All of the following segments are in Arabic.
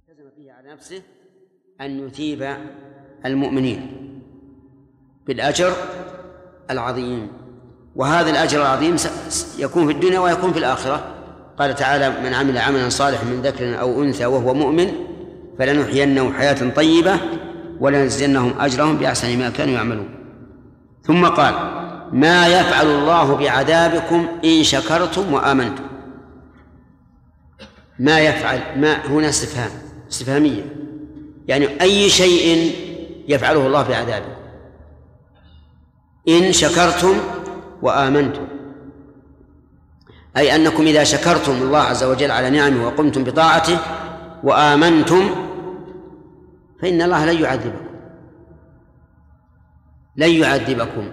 التزم فيه على نفسه أن يثيب المؤمنين بالأجر العظيم، وهذا الأجر العظيم يكون في الدنيا ويكون في الآخرة. قال تعالى: من عمل عملا صالحا من ذكر أو أنثى وهو مؤمن فلنحيينه حياة طيبة ولنجزينهم أجرهم بأحسن ما كانوا يعملون. ثم قال: ما يفعل الله بعذابكم إن شكرتم وآمنتم. ما يفعل، ما هنا استفهامية، يعني أي شيء يفعله الله بعذابكم إن شكرتم وآمنتم، أي أنكم إذا شكرتم الله عز وجل على نعمه وقمتم بطاعته وآمنتم فإن الله لن يعذبكم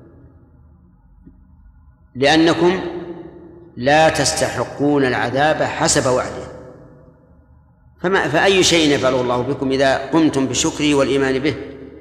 لأنكم لا تستحقون العذاب حسب وعده. فأي شيء يفعله الله بكم إذا قمتم بشكره والإيمان به.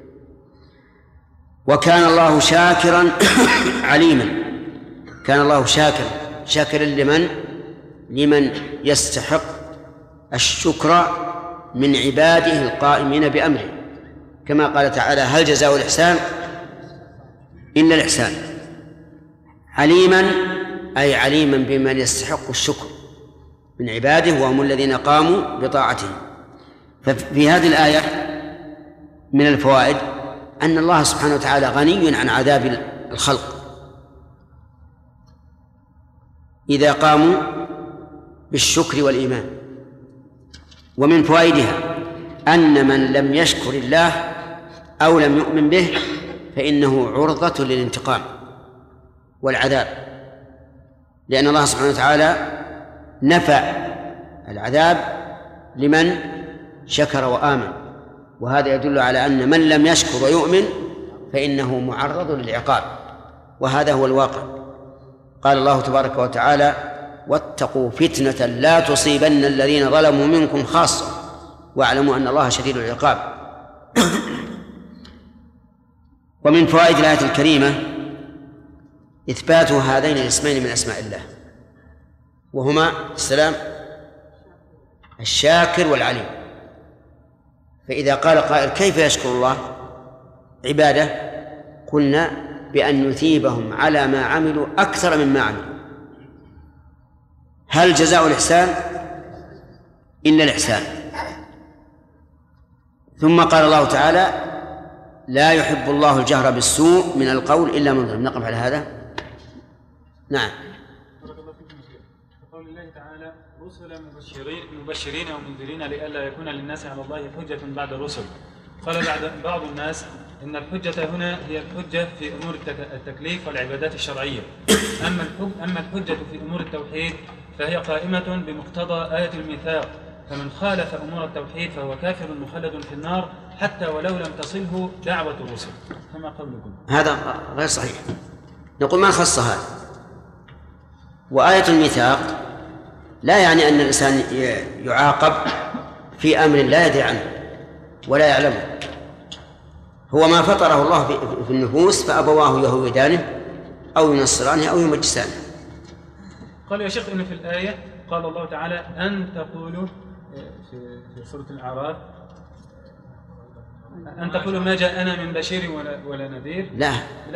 وكان الله شاكرا عليما. كان الله شاكرا لمن يستحق الشكر من عباده القائمين بأمره، كما قال تعالى: هل جزاء الإحسان إلا الإحسان. عليما أي عليما بمن يستحق الشكر من عباده وهم الذين قاموا بطاعته. ففي هذه الآية من الفوائد أن الله سبحانه وتعالى غني عن عذاب الخلق إذا قاموا بالشكر والإيمان. ومن فوائدها أن من لم يشكر الله أو لم يؤمن به فإنه عرضة للانتقام والعذاب، لأن الله سبحانه وتعالى نفى العذاب لمن شكر وآمن، وهذا يدل على أن من لم يشكر ويؤمن فإنه معرض للعقاب، وهذا هو الواقع. قال الله تبارك وتعالى: واتقوا فتنة لا تصيبن الذين ظلموا منكم خاصة واعلموا أن الله شديد العقاب. ومن فوائد الآية الكريمة إثبات هذين الاسمين من أسماء الله، وهما السلام الشاكر والعليم. فإذا قال قائل: كيف يشكر الله عباده؟ قلنا بأن يثيبهم على ما عملوا أكثر مما عملوا. هل جزاء الإحسان إلا الإحسان؟ ثم قال الله تعالى: لا يحب الله الجهر بالسوء من القول إلا من ظلم. نقف على هذا. نعم. قول الله تعالى: رسلا مبشرين ومنذرين لئلا يكون للناس على الله حجة بعد الرسل. قال بعض الناس إن الحجة هنا هي الحجة في أمور التكليف والعبادات الشرعية، أما الحجة في أمور التوحيد فهي قائمة بمقتضى آية الميثاق، فمن خالف أمور التوحيد فهو كافر مخلد في النار حتى ولو لم تصله دعوة الرسل. فما قولكم؟ هذا غير صحيح. نقول ما خص هذا. وآية الميثاق لا يعني أن الإنسان يعاقب في أمر لا يدري عنه ولا يعلمه. هو ما فطره الله في النفوس فأبواه يهودانه أو ينصرانه أو يمجسانه. قال يا شيخ إن في الآية قال الله تعالى: أن تقولوا في سورة الأعراف أن تقولوا ما جاءنا من بشير ولا نذير. لا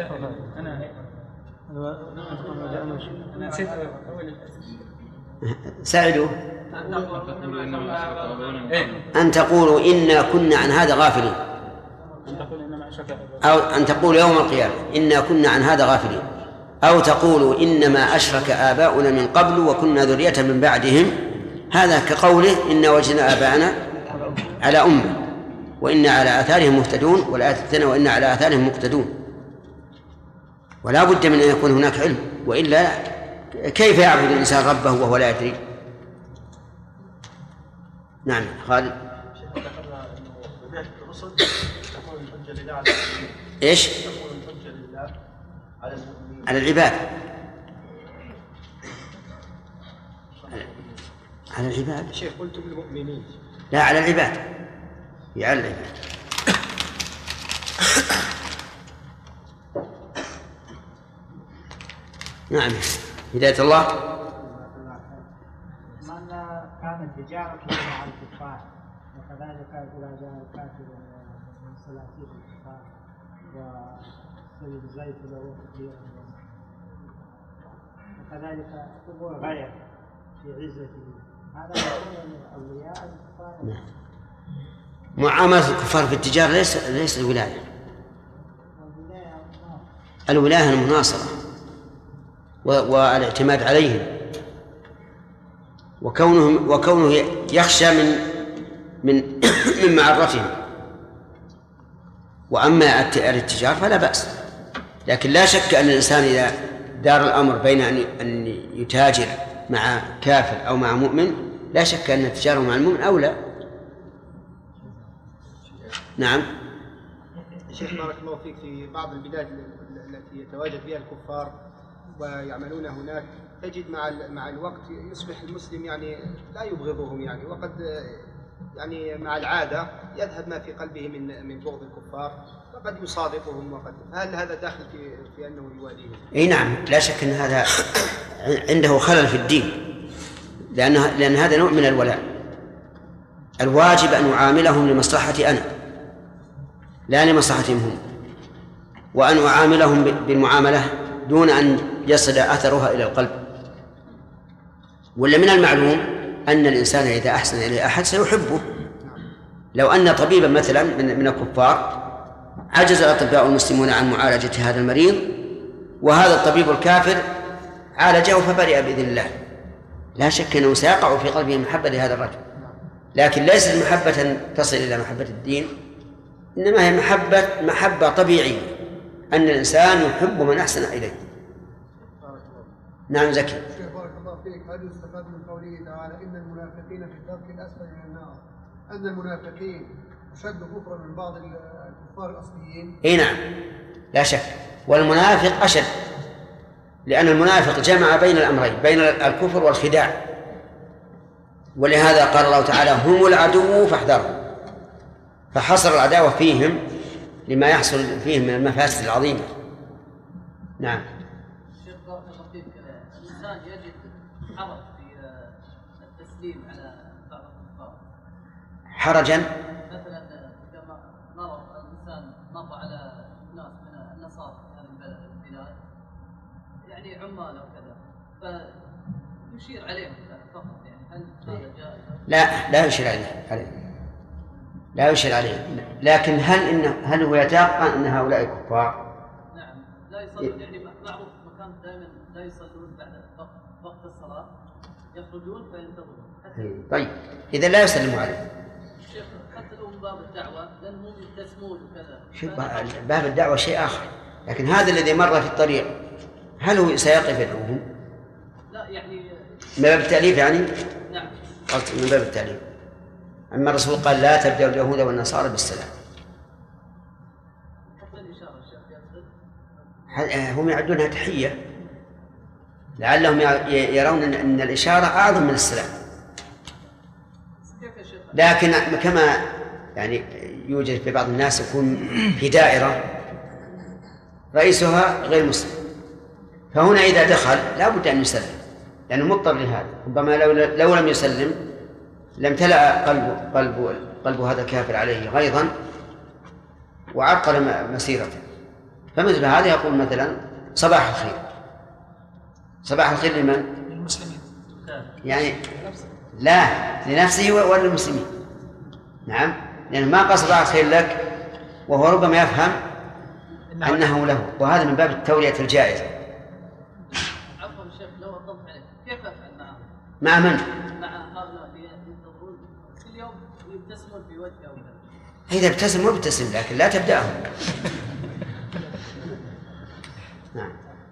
أنا نسيت أول ساعدوا. أن تقولوا إنا كنا عن هذا غافلين، أو أن تقولوا يوم القيامة إنا كنا عن هذا غافلين، أو تقولوا إنما أشرك آباؤنا من قبل وكنا ذرية من بعدهم. هذا كقوله إنا وجدنا آباءنا على أمة وإنا على آثارهم مهتدون، والآية الثانية وإنا على آثارهم مقتدون. ولا بد من أن يكون هناك علم، وإلا كيف يعبد الإنسان ربه وهو لا يدري؟ نعم خالد. إيش؟ على العباد. على العباد. شيخ قلت بالمؤمنين. لا، على العباد. على العباد. نعم. هداية الله. من كانت تجارته مع الكفار وكذلك إذا جاء الكافر من سلاطين الكفار وسلب زيت له كثيرا، وكذلك أمور غير في عزته، هذا يكون أولياء الكفار. معاملة الكفار في التجارة ليس الولاية. الولاية المناصرة والاعتماد عليهم، وكونه يخشى من معرتهم. وأما الاتجار فلا بأس، لكن لا شك أن الإنسان إذا دار الأمر بين أن يتاجر مع كافر أو مع مؤمن، لا شك أن التجارة مع المؤمن أولى. نعم. شيخ بارك الله فيك، في بعض البلاد التي يتواجد فيها الكفار ويعملون هناك، تجد مع الوقت يصبح المسلم يعني لا يبغضهم، يعني وقد يعني مع العادة يذهب ما في قلبه من بغض الكفار، فقد يصادقهم. هل هذا داخل في أنه يواليهم؟ اي نعم، لا شك أن هذا عنده خلل في الدين، لأن هذا نوع من الولاء. الواجب أن أعاملهم لمصلحتي أنا لا لمصلحتهم هم، وأن أعاملهم بالمعاملة دون أن يصل أثرها إلى القلب. ولا من المعلوم أن الإنسان إذا أحسن إلى أحد سيحبه. لو أن طبيبا مثلا من الكفار عجز الأطباء المسلمون عن معالجة هذا المريض، وهذا الطبيب الكافر عالجه فبرئ بإذن الله، لا شك أنه سيقع في قلبه محبة لهذا الرجل، لكن ليست محبة تصل إلى محبة الدين، إنما هي محبة طبيعية، أن الإنسان يحب من أحسن إليه. نعم زكي. شيخ بارك الله فيك، هل يستفاد من قوله تعالى إن المنافقين في الدرك الأسفل من النار، أن المنافقين أشد كفرا من بعض الكفار الأصليين؟ إيه نعم لا شك، والمنافق أشد، لأن المنافق جمع بين الأمرين، بين الكفر والخداع، ولهذا قال الله تعالى هم العدو فاحذرهم، فحصر العداوة فيهم لما يحصل فيهم من المفاسد العظيمة. نعم. شيخ بارك الله فيك، الإنسان يجد حرج في التسليم على بعض الكفار. حرجا؟ مثلا إذا مر الإنسان مر على ناس من النصارى في هذه البلاد، يعني عمال وكذا، فيشير عليهم فقط، يعني هل هذا جائز؟ لا يشير عليه، لا يشير عليه، لكن هل هو يتيقن أن هؤلاء كفار؟ نعم، لا يصلون، يعني معروف مكان دائما لا يصلون بعد وقت الصلاة، يخرجون فينتظرون. طيب إذا لا يسلموا عليه. شيخ حتى لو من باب الدعوة لأنهم يبتسمون وكذا. شوف باب الدعوة شيء آخر، لكن هذا الذي مر في الطريق هل هو سيقف يدعوهم؟ لا يعني من باب التأليف يعني؟ نعم. قلت من باب التأليف. أما الرسول قال لا تبدأوا اليهود والنصارى بالسلام. حتى الإشارة الشيخ هم يعدونها تحية، لعلهم يرون أن الإشارة أعظم من السلام. لكن كما يعني يوجد في بعض الناس يكون في دائرة رئيسها غير مسلم، فهنا إذا دخل لا بد أن يسلم، لأنه مضطر لهذا. ربما لو لم يسلم لم تلأ قلب هذا الكافر عليه غيظا وعرقل مسيرته. فمثل هذا يقول مثلا صباح الخير. صباح الخير لمن؟ للمسلمين يعني لا لنفسه وللمسلمين. نعم، لأنه ما قال صباح الخير لك وهو ربما يفهم أنه له، وهذا من باب التولية الجائزة. عفوا شيخ لو أطلت عليك، كيف أفعل معهم؟ مع من؟ مع هؤلاء ينتظرون كل يوم يبتسمون في وجهه وكذا. إذا ابتسم وابتسم، لكن لا تبدأهم. نعم.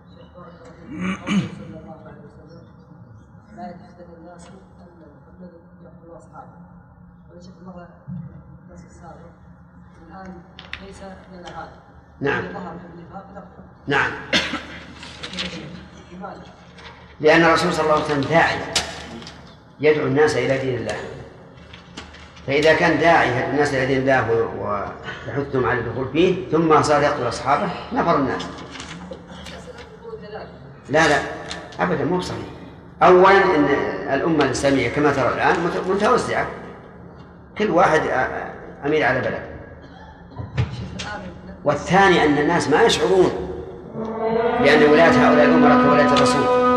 لا يتحدث الناس أن محمد يقتل أصحابه، وليس مرة الناس السابق الآن ليس لنا هذا. نعم. ظهر في النفاق نقتل. نعم. لماذا؟ لأن الرسول صلى الله عليه وسلم داعي يدعو الناس إلى دين الله، فإذا كان داعي يدعو الناس إلى دين الله ويحثهم على الدخول فيه ثم صار يقتل أصحابه نفر الناس. لا أبدا مو صحيح. أولا إن الأمة الإسلامية كما ترى الآن متوزعة، كل واحد أمير على بلد. والثاني أن الناس ما يشعرون بأن ولاية هؤلاء الأمراء كولاية الرسول.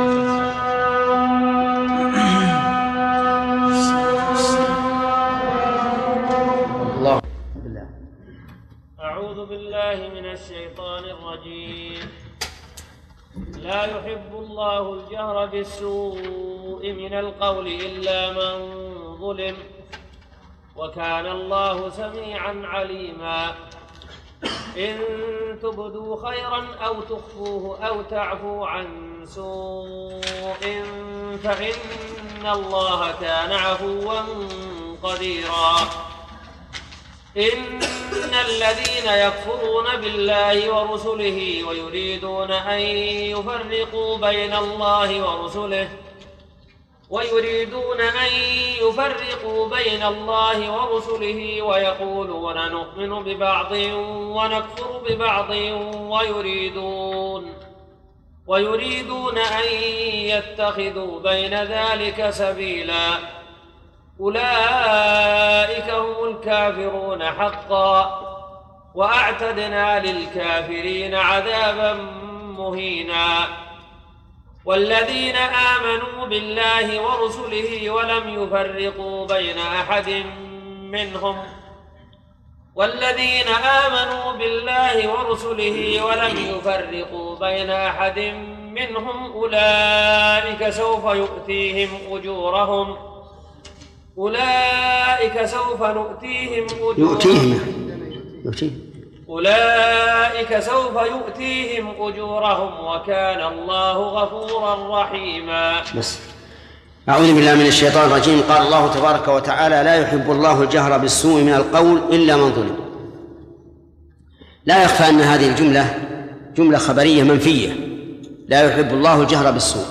الله بالله. أعوذ بالله من الشيطان الرجيم. لا يحب الله الجهر بالسوء من القول إلا من ظلم، وكان الله سميعا عليما. إن تبدوا خيرا أو تخفوه أو تعفو عن سوء فإن الله كان عفوا قديرا. إن الذين يكفرون بالله ورسله ويريدون أن يفرقوا بين الله ورسله ويقولون نؤمن ببعض ونكفر ببعض ويريدون أن يتخذوا بين ذلك سبيلا. أولئك هم الكافرون حقا، وأعتدنا للكافرين عذابا مهينا. والذين آمنوا بالله ورسله ولم يفرقوا بين أحد منهم أولئك سوف يؤتيهم أجورهم وكان الله غفورا رحيما. بس. أعوذ بالله من الشيطان الرجيم. قال الله تبارك وتعالى: لا يحب الله الجهر بالسوء من القول إلا من ظلم. لا يخفى أن هذه الجملة جملة خبرية منفية. لا يحب الله الجهر بالسوء.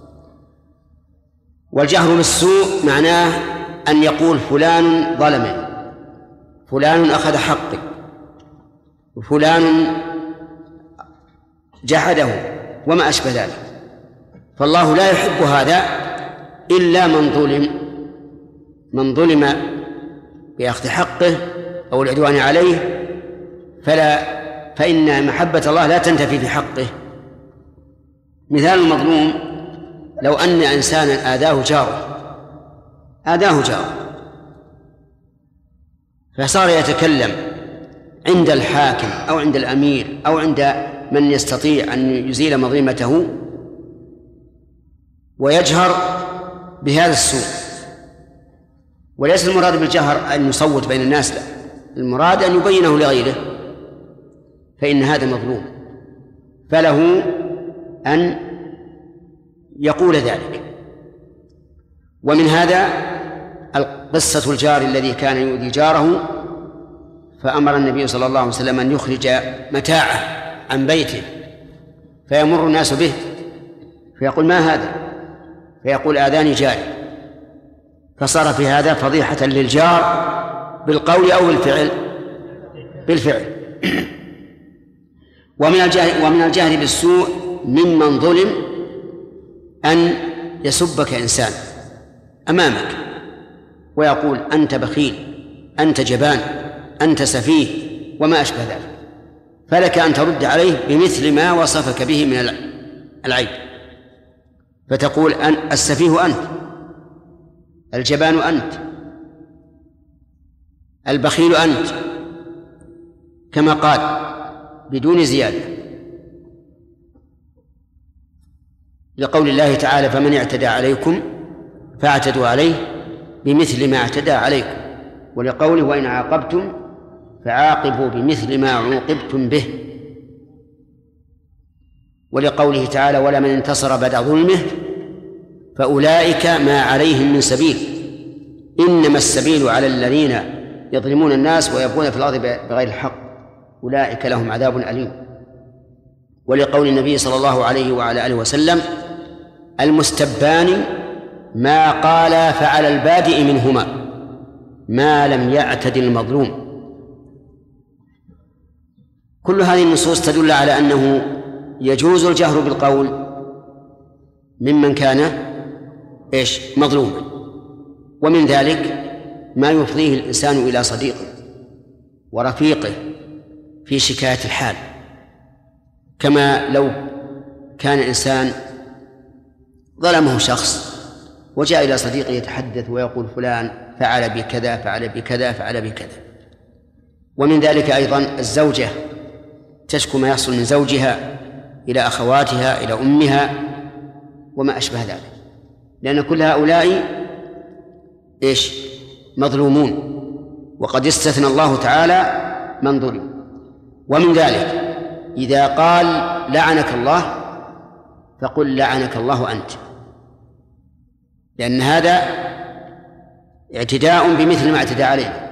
والجهر بالسوء معناه أن يقول فلان ظلم، فلان أخذ حقي، وفلان جحده وما أشبه ذلك. فالله لا يحب هذا إلا من ظلم بأخذ حقه أو العدوان عليه، فإن محبة الله لا تنتفي في حقه. مثال المظلوم: لو أن إنسانا آذاه جاره فصار يتكلم عند الحاكم أو عند الأمير أو عند من يستطيع أن يزيل مظلمته، ويجهر بهذا السوء. وليس المراد بالجهر أن يصوت بين الناس، لا، المراد أن يبينه لغيره، فإن هذا مظلوم، فله أن يقول ذلك. ومن هذا قصة الجار الذي كان يؤذي جاره، فأمر النبي صلى الله عليه وسلم أن يخرج متاعه عن بيته، فيمر الناس به فيقول: ما هذا؟ فيقول: آذاني جاري. فصار في هذا فضيحة للجار بالقول أو بالفعل. ومن الجهل بالسوء ممن ظلم أن يسبك إنسان أمامك ويقول: أنت بخيل، أنت جبان، أنت سفيه، وما أشبه ذلك، فلك أن ترد عليه بمثل ما وصفك به من العيب، فتقول: السفيه أنت، الجبان أنت، البخيل أنت، كما قال بدون زيادة، لقول الله تعالى: فمن اعتدى عليكم فاعتدوا عليه بمثل ما اعتدى عليكم، ولقوله: وإن عاقبتم فعاقبوا بمثل ما عوقبتم به، ولقوله تعالى: ولمن انتصر بعد ظلمه فأولئك ما عليهم من سبيل، إنما السبيل على الذين يظلمون الناس ويبغون في الأرض بغير الحق، أولئك لهم عذاب أليم. ولقول النبي صلى الله عليه وعلى آله وسلم: المستبان ما قال فعلى البادئ منهما ما لم يعتد المظلوم. كل هذه النصوص تدل على أنه يجوز الجهر بالقول ممن كان مظلوما. ومن ذلك ما يفضيه الإنسان إلى صديقه ورفيقه في شكاية الحال، كما لو كان الإنسان ظلمه شخص وجاء إلى صديقه يتحدث ويقول فلان فعل بكذا فعل بكذا فعل بكذا. ومن ذلك أيضا الزوجة تشكو ما يحصل من زوجها إلى أخواتها إلى أمها وما أشبه ذلك، لأن كل هؤلاء مظلومون، وقد استثنى الله تعالى من ظلم. ومن ذلك إذا قال لعنك الله فقل لعنك الله أنت، لأن هذا اعتداء بمثل ما اعتدى عليه.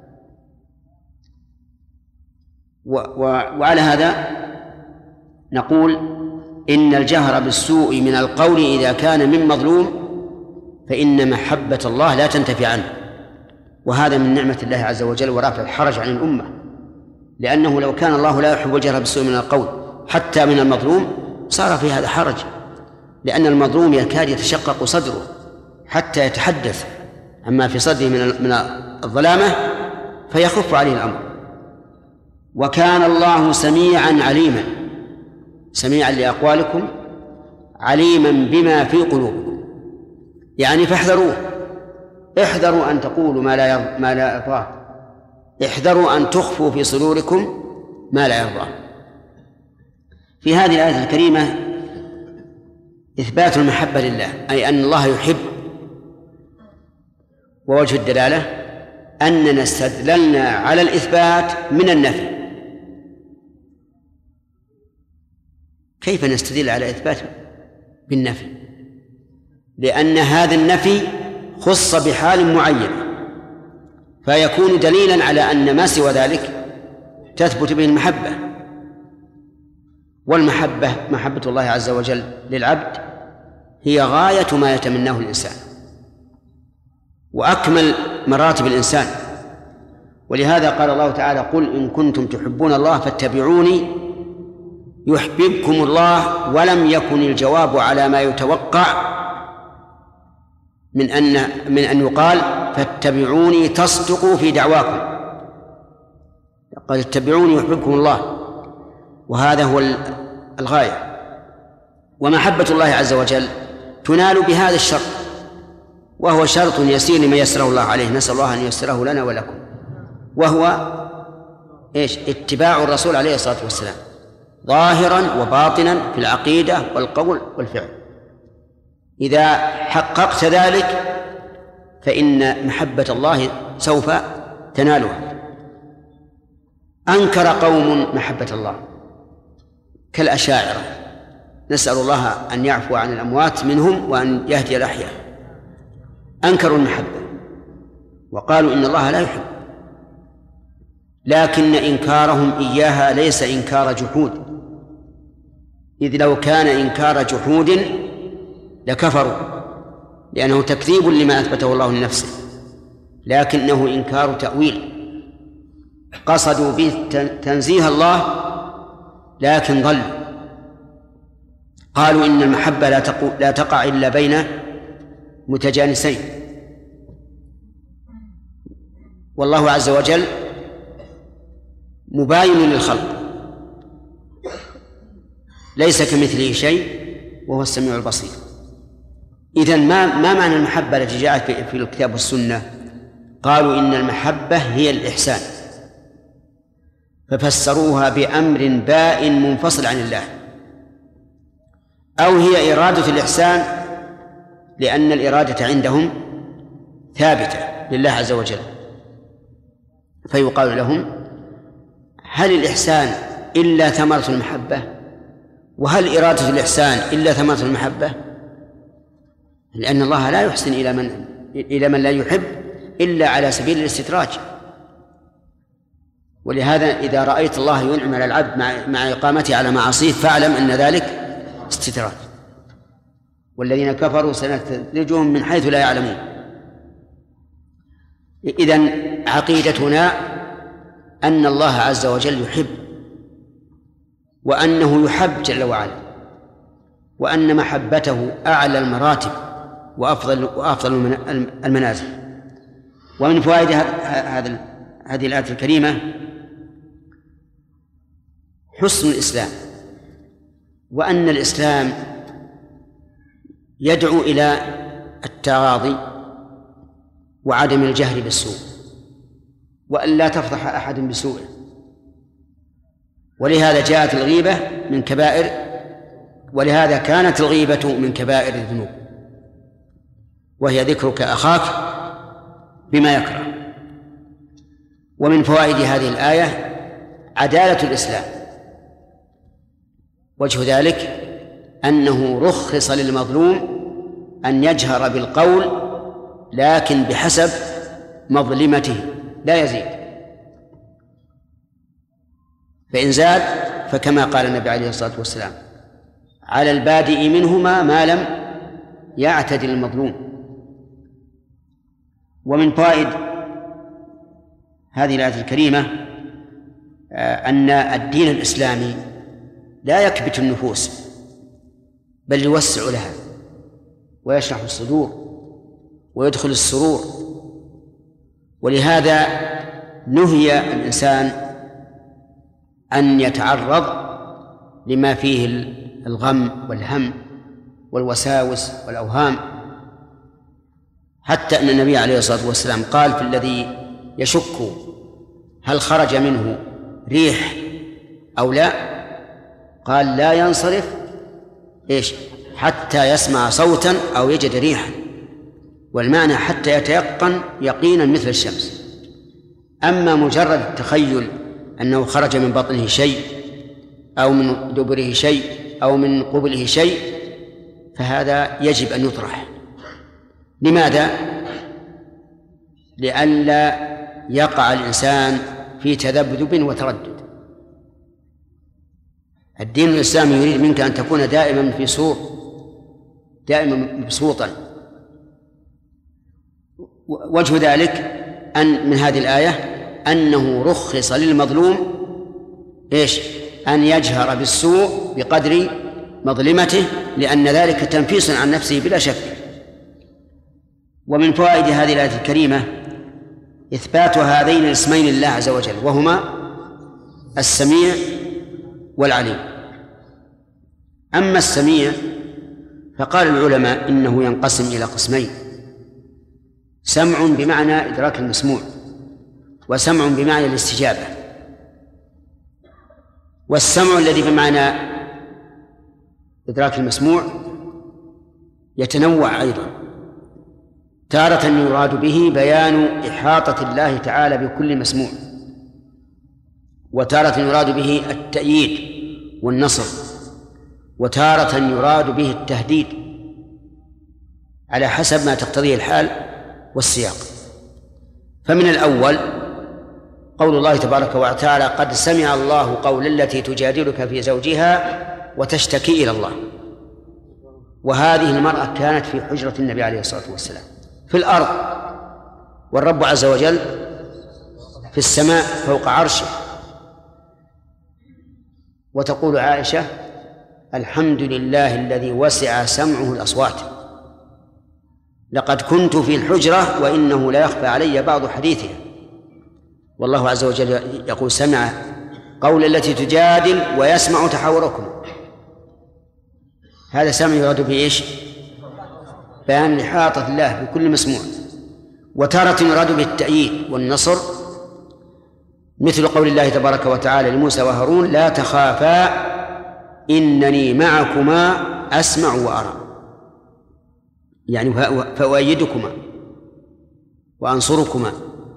وعلى هذا نقول إن الجهر بالسوء من القول إذا كان من مظلوم فإن محبة الله لا تنتفي عنه، وهذا من نعمة الله عز وجل ورافع الحرج عن الأمة، لأنه لو كان الله لا يحب الجهر بالسوء من القول حتى من المظلوم صار في هذا حرج، لأن المظلوم يكاد يتشقق صدره حتى يتحدث عما في صدره من الظلامة فيخف عليه الأمر. وكان الله سميعا عليما، سميعا لأقوالكم عليما بما في قلوبكم، يعني فاحذروه، احذروا أن تقولوا ما لا يرضاه، احذروا أن تخفوا في صدوركم ما لا يرضاه. في هذه الآية الكريمة إثبات المحبة لله، أي أن الله يحب. ووجه الدلالة أننا استدللنا على الإثبات من النفي. كيف نستدل على إثبات بالنفي؟ لأن هذا النفي خص بحال معينة، فيكون دليلا على أن ما سوى ذلك تثبت به المحبة. والمحبة محبة الله عز وجل للعبد هي غاية ما يتمناه الإنسان وأكمل مراتب الإنسان. ولهذا قال الله تعالى قل إن كنتم تحبون الله فاتبعوني يحببكم الله. ولم يكن الجواب على ما يتوقع من أن يقال فاتبعوني تصدقوا في دعواكم، قال اتبعوني يحببكم الله، وهذا هو الغاية. ومحبة الله عز وجل تنال بهذا الشرط، وهو شرط يسير لمن يسره الله عليه، نسأل الله أن ييسره لنا ولكم، وهو اتباع الرسول عليه الصلاة والسلام ظاهرا وباطنا في العقيدة والقول والفعل. إذا حققت ذلك فإن محبة الله سوف تنالها. أنكر قوم محبة الله كالأشاعرة، نسأل الله أن يعفو عن الأموات منهم وأن يهدي الأحياء، أنكروا المحبة وقالوا إن الله لا يحب، لكن إنكارهم إياها ليس إنكار جحود، إذ لو كان إنكار جحود لكفروا، لأنه تكذيب لما أثبته الله لنفسه، لكنه إنكار تأويل، قصدوا به تنزيه الله لكن ضلوا. قالوا إن المحبة لا تقع إلا بين متجانسين، والله عز وجل مباين للخلق ليس كمثله شيء وهو السميع البصير. إذن ما معنى المحبة التي جاءت في الكتاب والسنة؟ قالوا إن المحبة هي الإحسان، ففسروها بأمر بائن منفصل عن الله، أو هي إرادة الإحسان لأن الإرادة عندهم ثابتة لله عز وجل، فيقال لهم هل الإحسان إلا ثمرة المحبة؟ وهل إرادة الإحسان إلا ثمرة المحبة؟ لأن الله لا يحسن إلى من لا يحب إلا على سبيل الاستدراج. ولهذا إذا رأيت الله ينعم على العبد مع إقامته على معاصيه فاعلم أن ذلك استدراج. والذين كفروا سنستدرجهم من حيث لا يعلمون. إذن عقيدتنا أن الله عز وجل يحب، وأنه يحب جل وعلا، وأن محبته أعلى المراتب وأفضل المنازل. ومن فوائد هذه الآية الكريمة حسن الإسلام، وأن الإسلام يدعو إلى التغاضي وعدم الجهر بالسوء، وأن لا تفضح أحد بسوء. ولهذا جاءت الغيبة من كبائر، ولهذا كانت الغيبة من كبائر الذنوب، وهي ذكرك أخاك بما يكره. ومن فوائد هذه الآية عدالة الإسلام، وجه ذلك أنه رخص للمظلوم أن يجهر بالقول لكن بحسب مظلمته لا يزيد، فإن زاد فكما قال النبي عليه الصلاة والسلام على البادئ منهما ما لم يعتدل المظلوم. ومن فوائد هذه الآية الكريمة أن الدين الإسلامي لا يكبت النفوس بل يوسع لها ويشرح الصدور ويدخل السرور. ولهذا نهي الإنسان أن يتعرض لما فيه الغم والهم والوساوس والأوهام، حتى أن النبي عليه الصلاة والسلام قال في الذي يشك هل خرج منه ريح أو لا، قال لا ينصرف حتى يسمع صوتا أو يجد ريحا، والمعنى حتى يتيقن يقينا مثل الشمس. أما مجرد التخيل أنه خرج من بطنه شيء أو من دبره شيء أو من قبله شيء فهذا يجب أن يطرح. لماذا؟ لئلا يقع الإنسان في تذبذب وتردد. الدين الإسلامي يريد منك أن تكون دائما في سور، دائما مبسوطا. وجه ذلك أن من هذه الآية أنه رخص للمظلوم أن يجهر بالسوء بقدر مظلمته، لأن ذلك تنفيس عن نفسه بلا شك. ومن فوائد هذه الآية الكريمة إثبات هذين الاسمين لله عز وجل، وهما السميع والعليم. أما السميع فقال العلماء إنه ينقسم إلى قسمين: سمع بمعنى إدراك المسموع، وسمع بمعنى الاستجابة. والسمع الذي بمعنى إدراك المسموع يتنوع أيضا، تارة يراد به بيان إحاطة الله تعالى بكل مسموع، وتارة يراد به التأييد والنصر، وتارة يراد به التهديد على حسب ما تقتضيه الحال والسياق. فمن الأول قول الله تبارك وتعالى: قد سمع الله قول التي تجادلك في زوجها وتشتكي إلى الله. وهذه المرأة كانت في حجرة النبي عليه الصلاة والسلام في الأرض، والرب عز وجل في السماء فوق عرشه. وتقول عائشة: الحمد لله الذي وسع سمعه الأصوات، لقد كنت في الحجرة وإنه لا يخفى علي بعض حديثها. والله عز وجل يقول: سمع قول التي تجادل ويسمع تحاوركم. هذا سمع يراد به بيان إحاطة الله بكل مسموع. وتارة يراد به التأييد والنصر، مثل قول الله تبارك وتعالى لموسى وهارون: لا تخافا إنني معكما أسمع وأرى، يعني فأؤيدكما وأنصركما.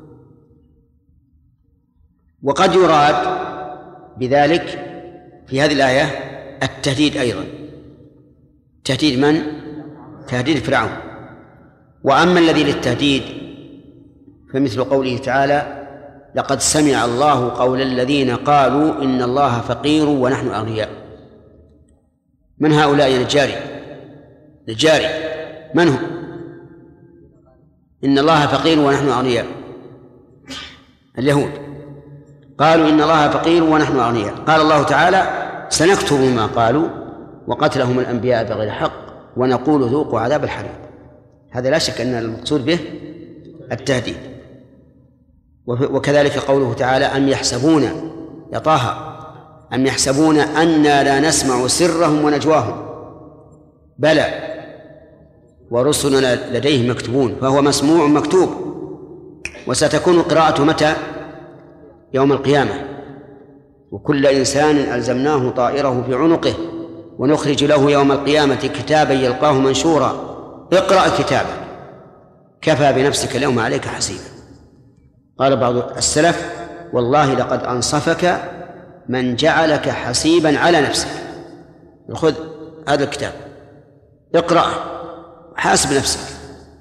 وقد يراد بذلك في هذه الآية التهديد أيضا. تهديد من؟ تهديد فرعون. وأما الذي للتهديد فمثل قوله تعالى: لقد سمع الله قول الذين قالوا إن الله فقير ونحن أغنياء. من هؤلاء الجاري من هم؟ إن الله فقير ونحن أغنياء. اليهود قالوا إن الله فقير ونحن أغنياء. قال الله تعالى: سنكتب ما قالوا وقتلهم الأنبياء بغير حق ونقول ذوقوا عذاب الحريق. هذا لا شك أن المقصود به التهديد. وكذلك قوله تعالى أم يحسبون يا طه أم يحسبون أنا لا نسمع سرهم ونجواهم بلى ورسلنا لديه مكتوبون، فهو مسموع مكتوب. وستكون قراءته متى؟ يوم القيامة. وكل إنسان ألزمناه طائره في عنقه ونخرج له يوم القيامة كتابا يلقاه منشورا اقرأ كتابك كفى بنفسك اليوم عليك حسيبا. قال بعض السلف والله لقد أنصفك من جعلك حسيبا على نفسك. خذ هذا الكتاب اقرأ حاسب نفسك.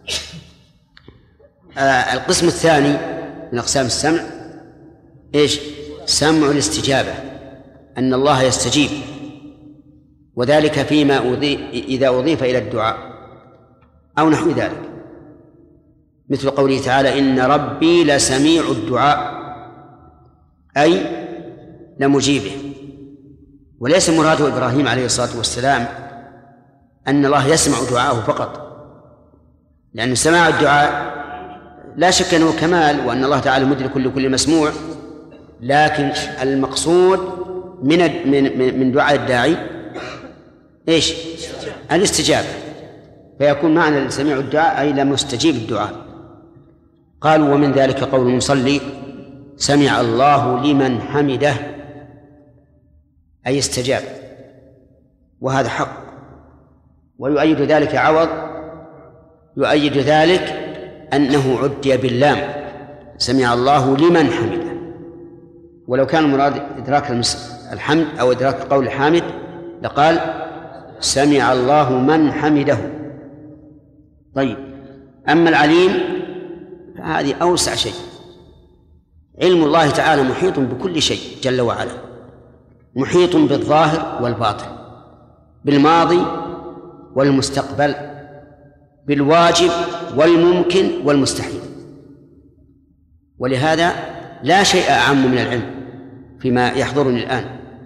القسم الثاني من أقسام السمع إيش؟ سمع الاستجابة، أن الله يستجيب، وذلك فيما إذا أضيف إلى الدعاء أو نحو ذلك، مثل قوله تعالى إن ربي لسميع الدعاء أي لمجيبه. وليس مراده إبراهيم عليه الصلاة والسلام أن الله يسمع دعاءه فقط، لأن سماع الدعاء لا شك أنه كمال وأن الله تعالى مدرك لكل مسموع، لكن المقصود من دعاء الداعي إيش؟ الاستجابة، فيكون معنى سميع الدعاء أي لمستجيب الدعاء. قالوا ومن ذلك قول المصلي سمع الله لمن حمده أي استجاب، وهذا حق. ويؤيد ذلك عوض يؤيد ذلك أنه عدي باللام سمع الله لمن حمده، ولو كان المراد إدراك الحمد أو إدراك قول الحامد لقال سمع الله من حمده. طيب، أما العليم فهذه أوسع شيء. علم الله تعالى محيط بكل شيء جل وعلا، محيط بالظاهر والباطن، بالماضي والمستقبل، بالواجب والممكن والمستحيل. ولهذا لا شيء أعم من العلم فيما يحضرني الآن.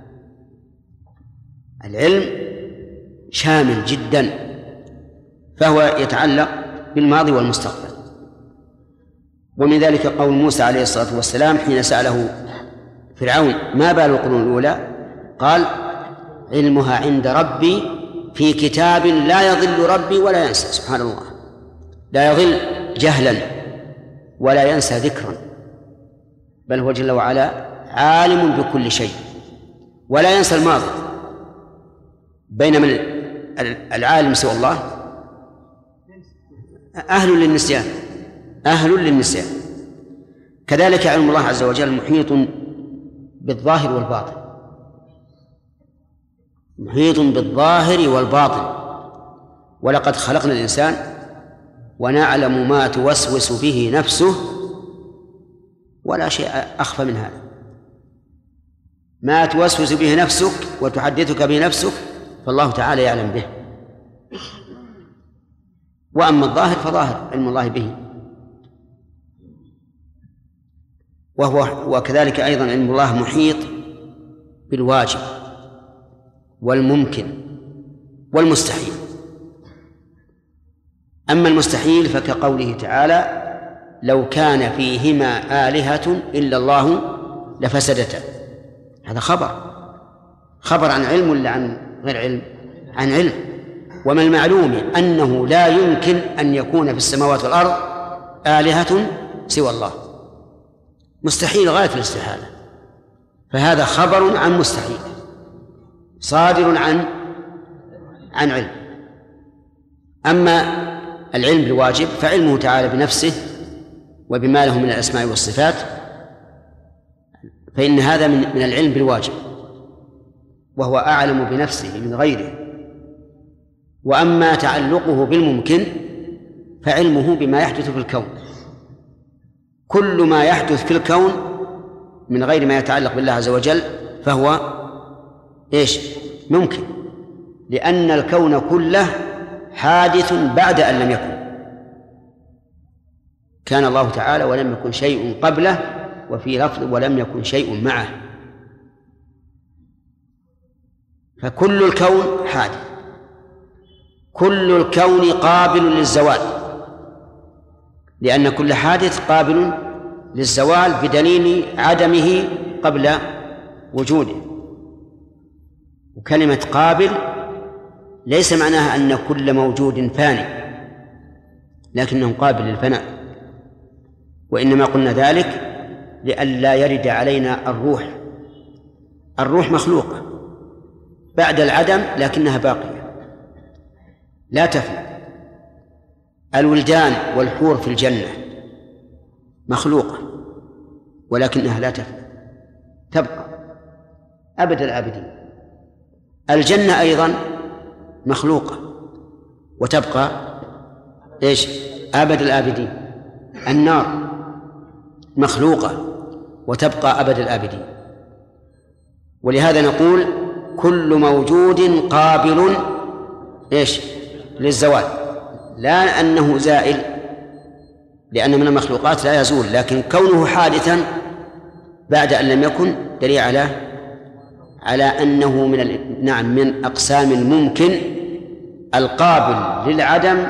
العلم شامل جدا، فهو يتعلق بالماضي والمستقبل. ومن ذلك قول موسى عليه الصلاة والسلام حين سأله فرعون ما بال القرون الأولى قال علمها عند ربي في كتاب لا يضل ربي ولا ينسى. سبحان الله، لا يضل جهلا ولا ينسى ذكرا، بل هو جل وعلا عالم بكل شيء ولا ينسى الماضي. بينما العالم سوى الله أهل للنسيان، أهل للنسيان. كذلك علم الله عز وجل محيط بالظاهر والباطن، محيط بالظاهر والباطن. ولقد خلقنا الإنسان ونعلم ما توسوس به نفسه، ولا شيء أخفى من هذا. ما توسوس به نفسك وتحدثك به نفسك فالله تعالى يعلم به. وأما الظاهر فظاهر علم الله به. وكذلك أيضا علم الله محيط بالواجب والممكن والمستحيل. أما المستحيل فكقوله تعالى لو كان فيهما آلهة إلا الله لفسدتا. هذا خبر عن علم ولا عن غير علم؟ عن علم. ومن المعلوم أنه لا يمكن أن يكون في السماوات والأرض آلهة سوى الله، مستحيل غاية الاستحالة. فهذا خبر عن مستحيل صادر عن علم. أما العلم بالواجب فعلمه تعالى بنفسه وبما له من الأسماء والصفات، فإن هذا من العلم بالواجب، وهو أعلم بنفسه من غيره. وأما تعلقه بالممكن فعلمه بما يحدث في الكون. كل ما يحدث في الكون من غير ما يتعلق بالله عز وجل فهو إيش؟ ممكن، لأن الكون كله حادث بعد أن لم يكن. كان الله تعالى ولم يكن شيء قبله، وفي لفظ ولم يكن شيء معه. فكل الكون حادث، كل الكون قابل للزوال، لأن كل حادث قابل للزوال بدليل عدمه قبل وجوده. وكلمة قابل ليس معناها أن كل موجود فاني، لكنه قابل للفناء، وإنما قلنا ذلك لئلا يرد علينا الروح. الروح مخلوقة بعد العدم لكنها باقية لا تفنى. الولدان والحور في الجنة مخلوقة ولكنها لا تفنى، تبقى أبد الآبدين. الجنة أيضا مخلوقة وتبقى إيش؟ أبد الآبدين. النار مخلوقة وتبقى أبد الآبدين. ولهذا نقول كل موجود قابل إيش؟ للزوال، لا أنه زائل، لأن من المخلوقات لا يزول، لكن كونه حادثا بعد أن لم يكن دليل على أنه من أقسام الممكن القابل للعدم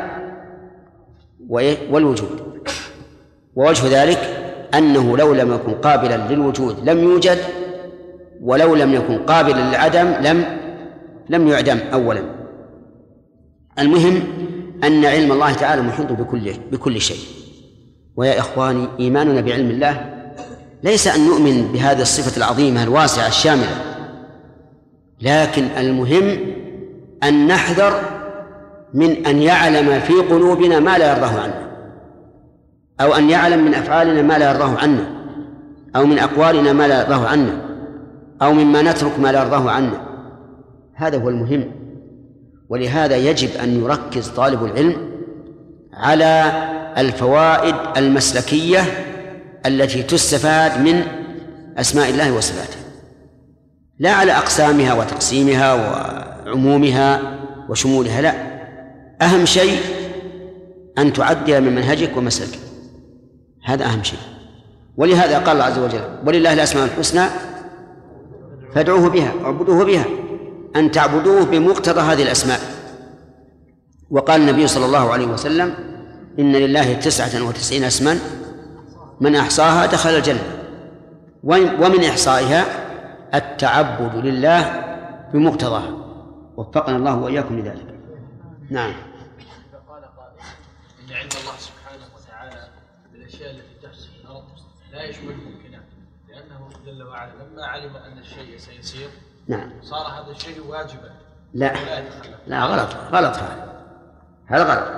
والوجود. ووجه ذلك أنه لو لم يكن قابلا للوجود لم يوجد، ولو لم يكن قابلا للعدم لم يعدم أولا. المهم أن علم الله تعالى محيط بكل شيء. ويا إخواني، إيماننا بعلم الله ليس أن نؤمن بهذه الصفة العظيمة الواسعة الشاملة، لكن المهم أن نحذر من أن يعلم في قلوبنا ما لا يرضاه عنا، أو أن يعلم من أفعالنا ما لا يرضاه عنا، أو من أقوالنا ما لا يرضاه عنا، أو مما نترك ما لا يرضاه عنا. هذا هو المهم. ولهذا يجب أن يركز طالب العلم على الفوائد المسلكية التي تستفاد من أسماء الله وصفاته، لا على أقسامها وتقسيمها وعمومها وشمولها، لا. أهم شيء أن تعدل من منهجك ومسلكك، هذا أهم شيء. ولهذا قال الله عز وجل: ولله الأسماء الحسنى فادعوه بها واعبدوه بها، أن تعبدوه بمقتضى هذه الأسماء. وقال النبي صلى الله عليه وسلم: إن لله 99 اسما من أحصاها دخل الجنة. ومن إحصائها التعبد لله بمقتضاها، وفقنا الله وإياكم لذلك. نعم. قال قائل إن علم الله سبحانه وتعالى بالأشياء التي تحصل في الأرض لا يشمل الممكنات، لأنه جل وعلا لما علم أن الشيء سيصير نعم صار هذا الشيء واجبا. لا غلط هذا غلط،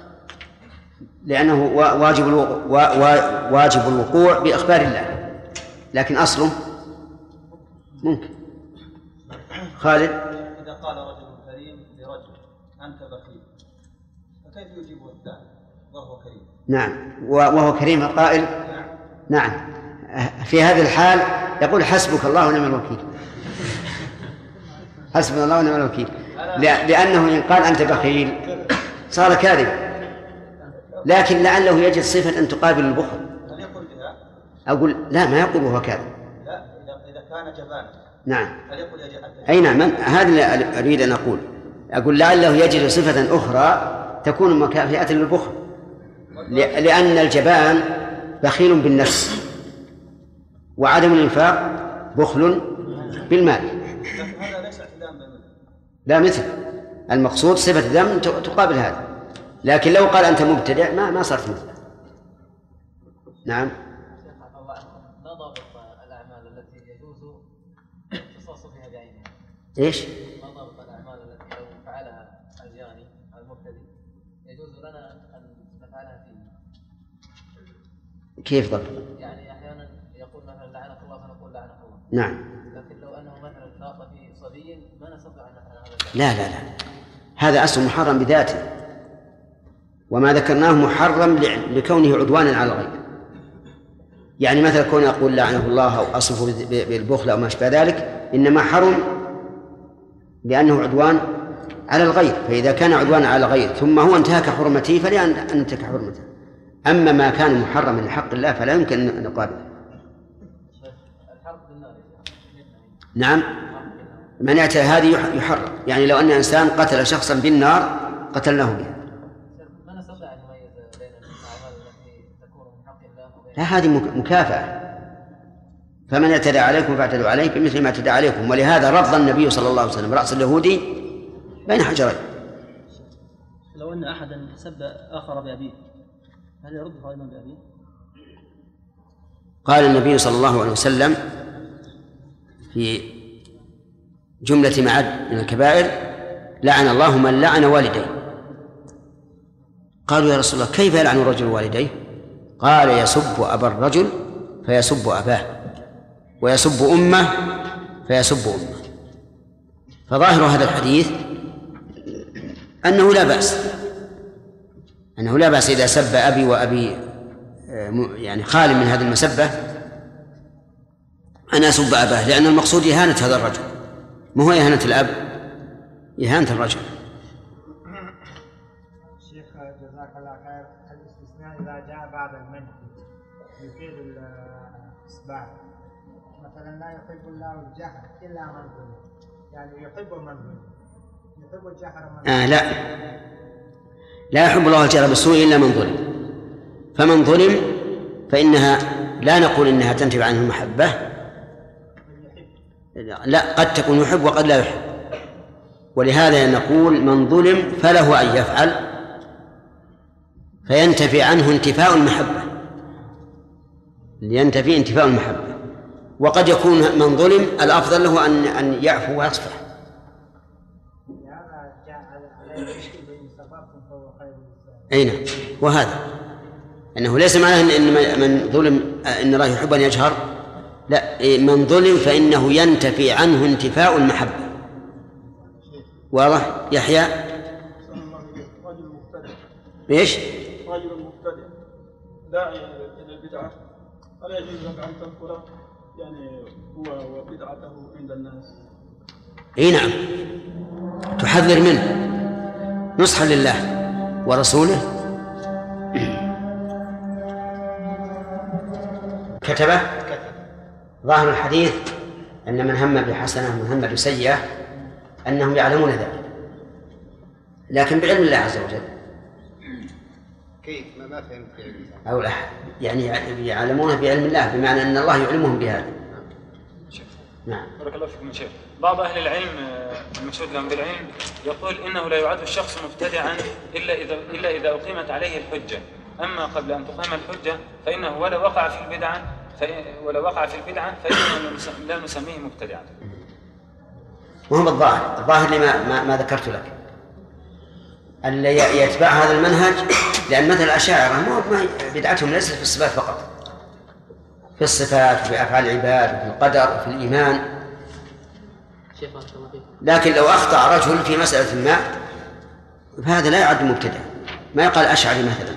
لأنه واجب الوقوع بإخبار الله، لكن أصله ممكن. خالد: إذا قال رجل كريم لرجل أنت بخيل، فكيف يجيبه الثاني وهو كريم؟ نعم، وهو كريم القائل نعم. في هذه الحال يقول: حسبك الله ونعم الوكيل. حسبنا الله ونعم الوكيل، لأنه إن قال أنت بخيل صار كاذب، لكن لعله يجد صفة أن تقابل البخل. هل يقول بها؟ أقول لا، ما يقول وهو كاذب. لا، إذا كان جبانا. نعم. هل يقول أي نعم، هذا اللي أريد أن أقول لعله يجد صفة أخرى تكون مكافئة للبخل، لأن الجبان بخيل بالنفس، وعدم الإنفاق بخل بالمال. هذا ليس اعتداء بالمثل. لا مثل، المقصود صفة ذم تقابل هذا، لكن لو قال أنت مبتدع ما صارت مثل. نعم. ما ضابط الأعمال التي يجوز اختصاص بها بعينها؟ إيش؟ ما ضابط الأعمال التي لو فعلها الجاني المبتدئ يجوز لنا أن نفعلها فيه؟ كيف ضبط؟ يعني أحيانا يقول مثلا لعنك الله فنقول لعنك الله. نعم. لكن لو أنه مثلا ساق في صبي ما نستطيع أن نفعل هذا. لا، هذا أصل محرم بذاته، وما ذكرناه محرم لكونه عدوانا على الغير. يعني مثلا كون يقول لعنه الله أو أصفه بالبخل أو ما أشبه ذلك، إنما حرم لأنه عدوان على الغير. فإذا كان عدوانا على الغير ثم هو انتهك حرمته فلأن انتهك حرمته. أما ما كان محرما لحق الله فلا يمكن أن نقابله. نعم، من يأتي هذه يحرم. يعني لو أن إنسان قتل شخصا بالنار قتلناه بها. ما نستطيع أن نميز بين الأعمال التي تكون لا، هذه مكافأة. فمن اعتدى عليكم فاعتدوا عليه بمثل ما اعتدى عليكم. ولهذا رضى النبي صلى الله عليه وسلم رأس اليهودي بين حجرين. لو أن أحدا سب آخر بأبيه هل يرده أيضا بأبيه؟ قال النبي صلى الله عليه وسلم في جملة ما عد من الكبائر: لعن الله من لعن والديه. قالوا: يا رسول الله كيف يلعن الرجل والديه؟ قال: يسب أبا الرجل فيسب أباه، ويسب أمه فيسب أمه. فظاهر هذا الحديث أنه لا بأس إذا سب أبي وأبي يعني خال من هذه المسبة أن أسب أباه، لأن المقصود إهانة هذا الرجل، ما هو إهانة الأب، إهانة الرجل. شيخ جزاك الله خير، الاستثناء إذا جاء بعد المنع يفيد الإثبات. مثلا لا يحب الله الجهر إلا من ظلم، يعني يحب من ظلم، يحب الجهر من لا يحب الله الجهر بالسوء إلا من ظلم. فمن ظلم فإنها لا نقول إنها تنتفع عنه المحبة، لا، قد تكون يحب وقد لا يحب. ولهذا نقول من ظلم فله أن يفعل فينتفي عنه انتفاء المحبة، لينتفي انتفاء المحبة. وقد يكون من ظلم الأفضل له أن يعفو ويصفح. أي نعم. وهذا أنه ليس معناه أن من ظلم أن الله يحب أن يجهر، لا، من ظلم فإنه ينتفي عنه انتفاء المحبة. واضح؟ يحيى رجل مبتدع. ايش؟ رجل مبتدع داعي إلى البدعة، ألا يجوز لك أن تذكر يعني هو وبدعته عند الناس؟ اي نعم، تحذر منه نصحا لله ورسوله. كتبه ظاهر الحديث أن من هم بحسنة ومن هم بسيئة أنهم يعلمون ذلك، لكن بعلم الله عز وجل. كيف؟ ما فهمت. أو لا، يعني يعلمونه بعلم الله، بمعنى أن الله يعلمهم بهذا. نعم. بارك الله فيكم يا شيخ. بعض أهل العلم المقصود لهم بالعلم يقول إنه لا يعد الشخص مبتدعا إلا إذا أقيمت عليه الحجة، أما قبل أن تقام الحجة فإنه ولو وقع في البدعة فإنه لا نسميه مبتدعا. وهم الظاهر لما ما ذكرت لك اللي يتبع هذا المنهج، لأن مثل الأشاعرة ما بدعتهم ليست في الصفات فقط، في الصفات وفي أفعال العباد وفي القدر وفي الإيمان. لكن لو أخطأ رجل في مسألة ما فهذا لا يعد مبتدع، ما يقال أشعري مثلا.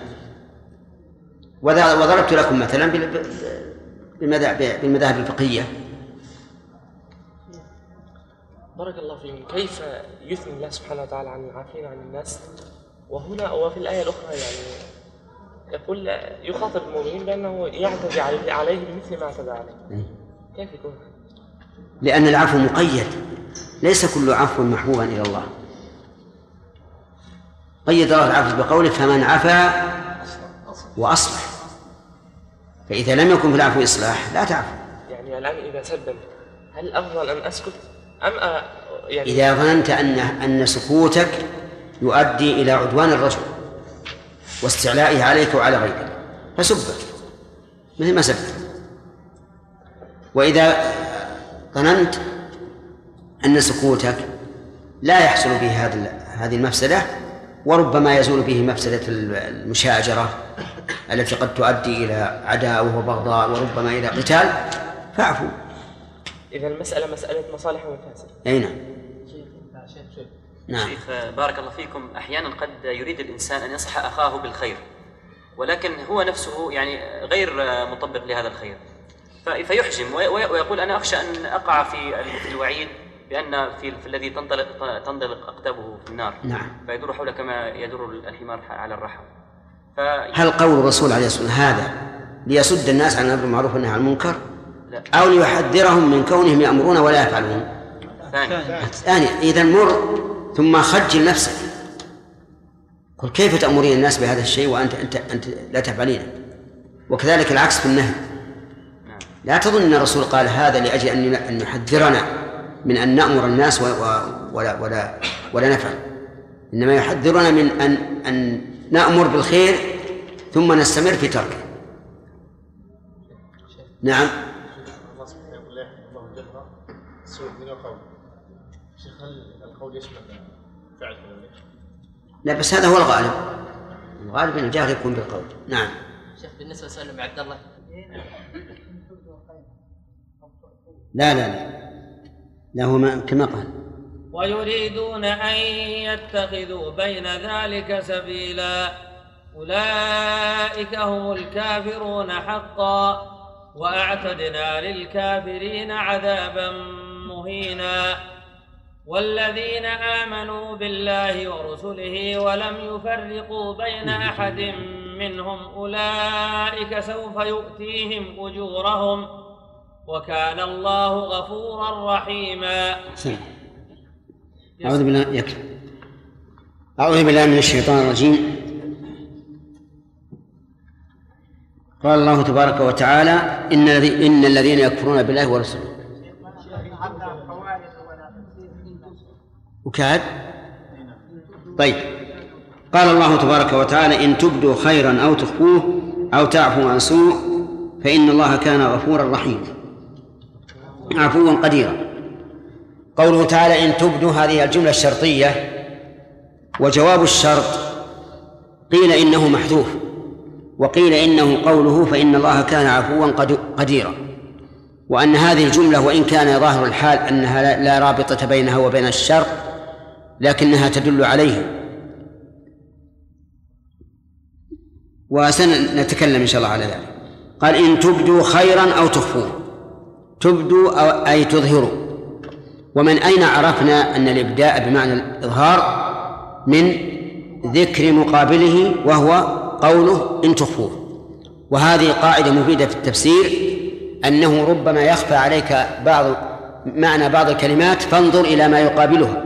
وضربت لكم مثلا بالمذاهب الفقهية. بارك الله فيكم. كيف يثني الله سبحانه وتعالى عن العافين عن الناس، وهنا وفي الآية الأخرى يعني يقول يخاطب المؤمنين بأنه يعتدي عليه بمثل ما اعتدى عليه؟ كيف يكون؟ لأن العفو مقيد، ليس كل عفو محبوبا إلى الله. قيد الله العفو بقوله: فمن عفا وأصلح. فإذا لم يكن في العفو إصلاح لا تعفو. يعني الآن إذا سبني هل الأفضل أن أسكت أم يعني إذا ظننت أن سكوتك يؤدي إلى عدوان الرجل واستعلائه عليك وعلى غيرك فسبه مثل ما سبت. وإذا ظننت أن سكوتك لا يحصل به هذه المفسدة، وربما يزول به مفسدة المشاجرة التي قد تؤدي إلى عداوة وبغضاء وربما إلى قتال، فاعفوا. إذا المسألة مسألة مصالح ومفاسد. أي نعم. نعم. شيخ بارك الله فيكم، أحيانا قد يريد الإنسان أن ينصح أخاه بالخير، ولكن هو نفسه يعني غير مطبق لهذا الخير، فيحجم ويقول أنا أخشى أن أقع في الوعيد بأن في الذي تنطلق أقدامه في النار. نعم. فيدور حول كما يدور الحمار على الرحى. هل قول الرسول عليه الصلاة والسلام هذا ليصد الناس عن الأمر بالمعروف والنهي عن المنكر، لا، أو ليحذرهم من كونهم يأمرون ولا يفعلون؟ ثاني. إذا مر ثم خجل نفسك، قل كيف تأمرين الناس بهذا الشيء وأنت لا تفعلينه؟ وكذلك العكس في النهي. لا تظن أن الرسول قال هذا لأجل أن يحذرنا من أن نأمر الناس ولا نفعل، إنما يحذرنا من أن نأمر بالخير ثم نستمر في تركه. نعم. الله سبحانه يقول لا يحب الله الجهر السوء من القول. شيخ هل القول يشمل فعل ولا؟ لا بس هذا هو الغالب. الغالب أن الجهر يكون بالقول. نعم. شيخ بالنسبة لسؤال عبد الله. لا هو كما قال. ويريدون أن يتخذوا بين ذلك سبيلا أولئك هم الكافرون حقا وأعتدنا للكافرين عذابا مهينا. والذين آمنوا بالله ورسله ولم يفرقوا بين أحد منهم أولئك سوف يؤتيهم أجورهم وكان الله غفورا رحيما. أعوذ بالله من الشيطان الرجيم. قال الله تبارك وتعالى إن الذين يكفرون بالله ورسله وكاد. طيب، قال الله تبارك وتعالى إن تبدوا خيرا أو تخفوه أو تعفوا عن سوء فإن الله كان غفورا رحيما عفوا قديرا. قوله تعالى إن تبدوا هذه الجملة الشرطية، وجواب الشرط قيل إنه محذوف وقيل إنه قوله فإن الله كان عفوا قديرا، وأن هذه الجملة وإن كان ظاهر الحال أنها لا رابطة بينها وبين الشرط لكنها تدل عليه، وسنتكلم إن شاء الله على ذلك. قال إن تبدوا خيرا أو تخفوه. تبدوا أي تظهروا. ومن أين عرفنا أن الإبداء بمعنى الإظهار؟ من ذكر مقابله وهو قوله إن تخفوه. وهذه قاعدة مفيدة في التفسير، أنه ربما يخفى عليك معنى بعض الكلمات فانظر إلى ما يقابلها.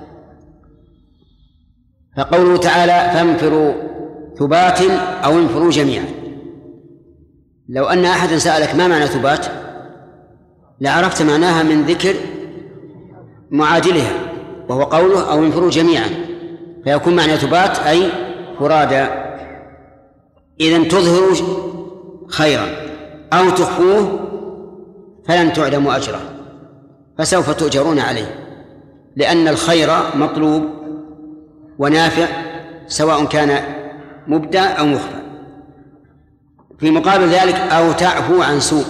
فقوله تعالى فانفروا ثبات أو انفروا جميعا، لو أن أحدا سألك ما معنى ثبات لعرفت معناها من ذكر معادلها وهو قوله أو انفروا جميعا، فيكون معنى ثبات أي فرادا. إذن تظهروا خيرا أو تخفوه فلن تعدموا أجره فسوف تؤجرون عليه، لأن الخير مطلوب ونافع سواء كان مبدأ أو مخفى. في مقابل ذلك أو تعفو عن سوء.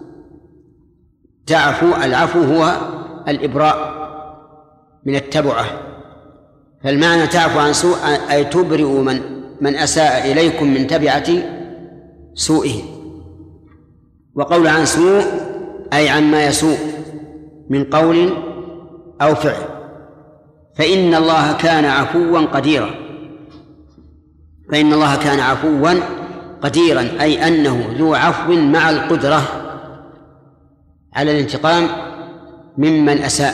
العفو هو الإبراء من التبعة، فالمعنى تعفو عن سوء أي تبرئ من أساء إليكم من تبعة سوءه. وقول عن سوء أي عما يسوء من قول أو فعل. فإن الله كان عفوا قديرا. فإن الله كان عفوا قديرا أي أنه ذو عفو مع القدرة على الانتقام ممن أساء.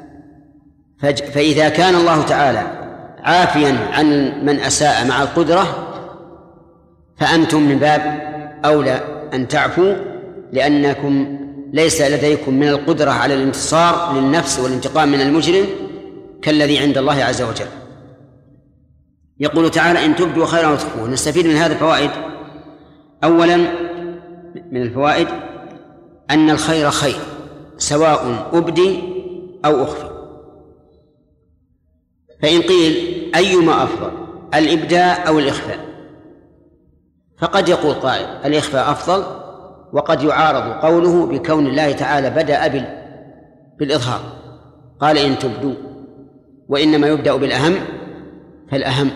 فإذا كان الله تعالى عافيا عن من أساء مع القدرة فأنتم من باب أولى أن تعفوا، لأنكم ليس لديكم من القدرة على الانتصار للنفس والانتقام من المجرم كالذي عند الله عز وجل. يقول تعالى إن تبدوا خيرا وتخفوه. نستفيد من هذا فوائد. أولا من الفوائد أن الخير خير سواء أبدي أو أخفي. فإن قيل أيما أفضل الإبداء أو الإخفاء، فقد يقول قائل الإخفاء أفضل، وقد يعارض قوله بكون الله تعالى بدأ بالإظهار، قال إن تبدوا، وإنما يبدأ بالأهم فالأهم.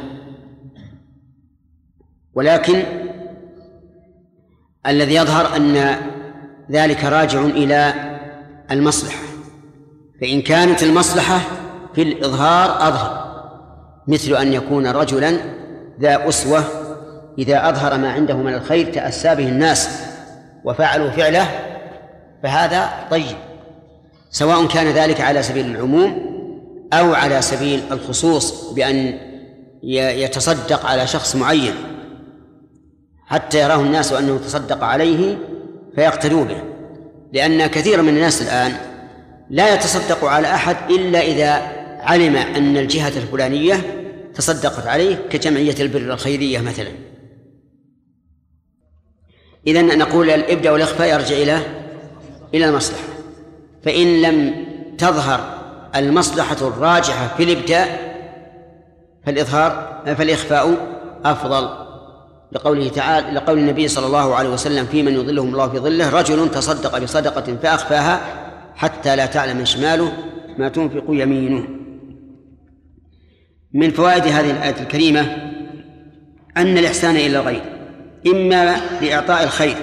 ولكن الذي يظهر أن ذلك راجع إلى المصلحة، فإن كانت المصلحة في الإظهار أظهر، مثل أن يكون رجلا ذا أسوة إذا أظهر ما عنده من الخير تأسى به الناس وفعلوا فعله، فهذا طيب، سواء كان ذلك على سبيل العموم أو على سبيل الخصوص بأن يتصدق على شخص معين. حتى يراه الناس أنه تصدق عليه فيقتدوا به، لأن كثير من الناس الآن لا يتصدق على أحد إلا إذا علم أن الجهة الفلانية تصدقت عليه، كجمعية البر الخيرية مثلا. إذن نقول الإبداء والإخفاء يرجع إلى المصلحة، فإن لم تظهر المصلحة الراجحة في الإبداء فالإخفاء أفضل، لقوله تعالى، لقول النبي صلى الله عليه وسلم في من يظلهم الله في ظله: رجل تصدق بصدقة فأخفاها حتى لا تعلم شماله ما تنفق يمينه. من فوائد هذه الآية الكريمة أن الإحسان إلى الغير إما بإعطاء الخير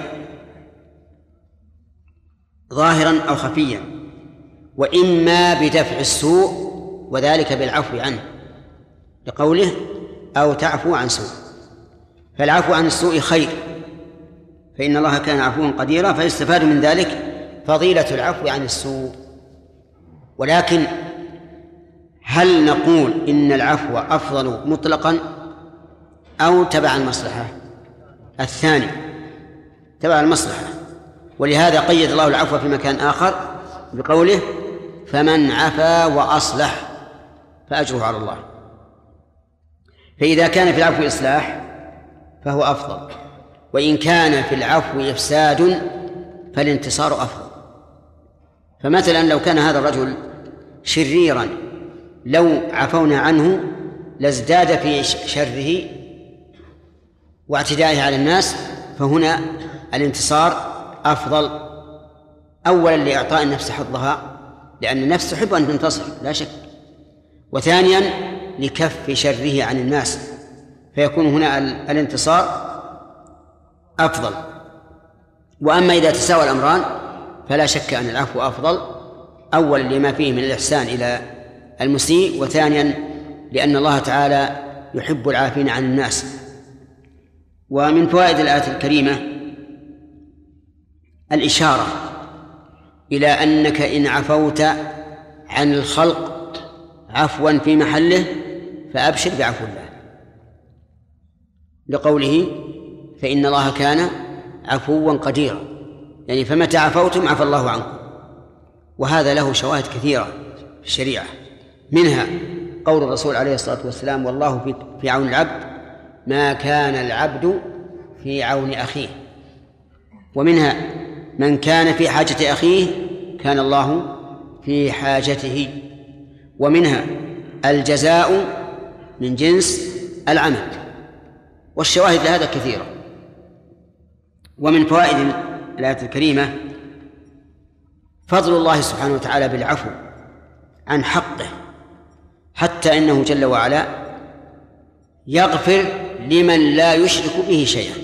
ظاهرا أو خفيا، وإما بدفع السوء وذلك بالعفو عنه، لقوله: أو تعفو عن سوء. فالعفو عن السوء خير، فإن الله كان عفوا قديرا، فيستفاد من ذلك فضيلة العفو عن السوء. ولكن هل نقول إن العفو أفضل مطلقا أو تبع المصلحة؟ الثاني تبع المصلحة، ولهذا قيد الله العفو في مكان آخر بقوله: فمن عفا وأصلح فأجره على الله. فإذا كان في العفو إصلاح فهو أفضل، وإن كان في العفو إفساد فالانتصار أفضل. فمثلا لو كان هذا الرجل شريرا لو عفونا عنه لازداد في شره واعتدائه على الناس، فهنا الانتصار أفضل، أولا لإعطاء النفس حظها لأن النفس تحب أن تنتصر لا شك، وثانيا لكف شره عن الناس، فيكون هنا الانتصار أفضل. وأما إذا تساوى الأمران فلا شك أن العفو أفضل، أولا لما فيه من الإحسان إلى المسيء، وثانيا لأن الله تعالى يحب العافين عن الناس. ومن فوائد الآية الكريمة الإشارة إلى أنك إن عفوت عن الخلق عفوا في محله فأبشر بعفو الله، لقوله: فإن الله كان عفوا قديرا، يعني فمتى عفوتم عفى الله عنكم. وهذا له شواهد كثيرة في الشريعة، منها قول الرسول عليه الصلاة والسلام: والله في عون العبد ما كان العبد في عون أخيه. ومنها: من كان في حاجة أخيه كان الله في حاجته. ومنها: الجزاء من جنس العمل. والشواهد لهذا كثيرة. ومن فوائد الآية الكريمة فضل الله سبحانه وتعالى بالعفو عن حقه، حتى إنه جل وعلا يغفر لمن لا يشرك به شيئا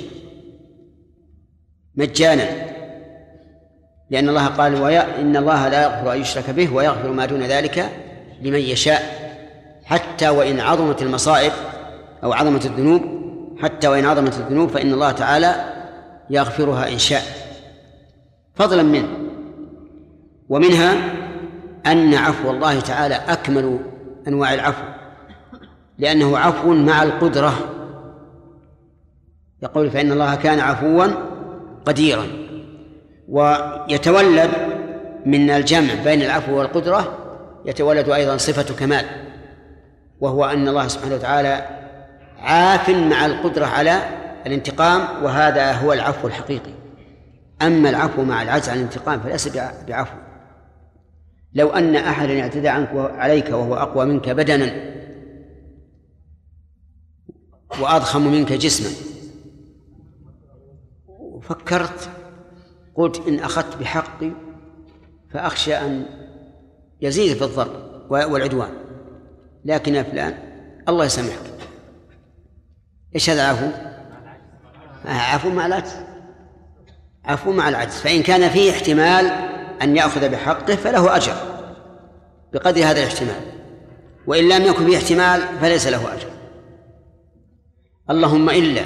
مجانا، لأن الله قال: إن الله لا يغفر أن يشرك به ويغفر ما دون ذلك لمن يشاء. حتى وإن عظمت المصائب أو عظمت الذنوب، حتى وإن عظمت الذنوب فإن الله تعالى يغفرها إن شاء فضلا منه. ومنها أن عفو الله تعالى أكمل أنواع العفو، لأنه عفو مع القدرة، يقول: فإن الله كان عفوا قديرا. ويتولد من الجمع بين العفو والقدرة يتولد أيضا صفة كمال، وهو أن الله سبحانه وتعالى عاف مع القدرة على الانتقام، وهذا هو العفو الحقيقي. أما العفو مع العجز عن الانتقام فليس بعفو. لو أن أحدا اعتدى عليك وهو أقوى منك بدنا وأضخم منك جسما، وفكرت قلت: إن أخذت بحقي فأخشى أن يزيد في الضرب والعدوان، لكن يا فلان الله يسامحك. إيش هذا عفو؟ عفو مع العجز، عفو مع العجز. فإن كان فيه احتمال أن يأخذ بحقه فله أجر بقدر هذا الاحتمال، وإن لم يكن فيه احتمال فليس له أجر. اللهم إلا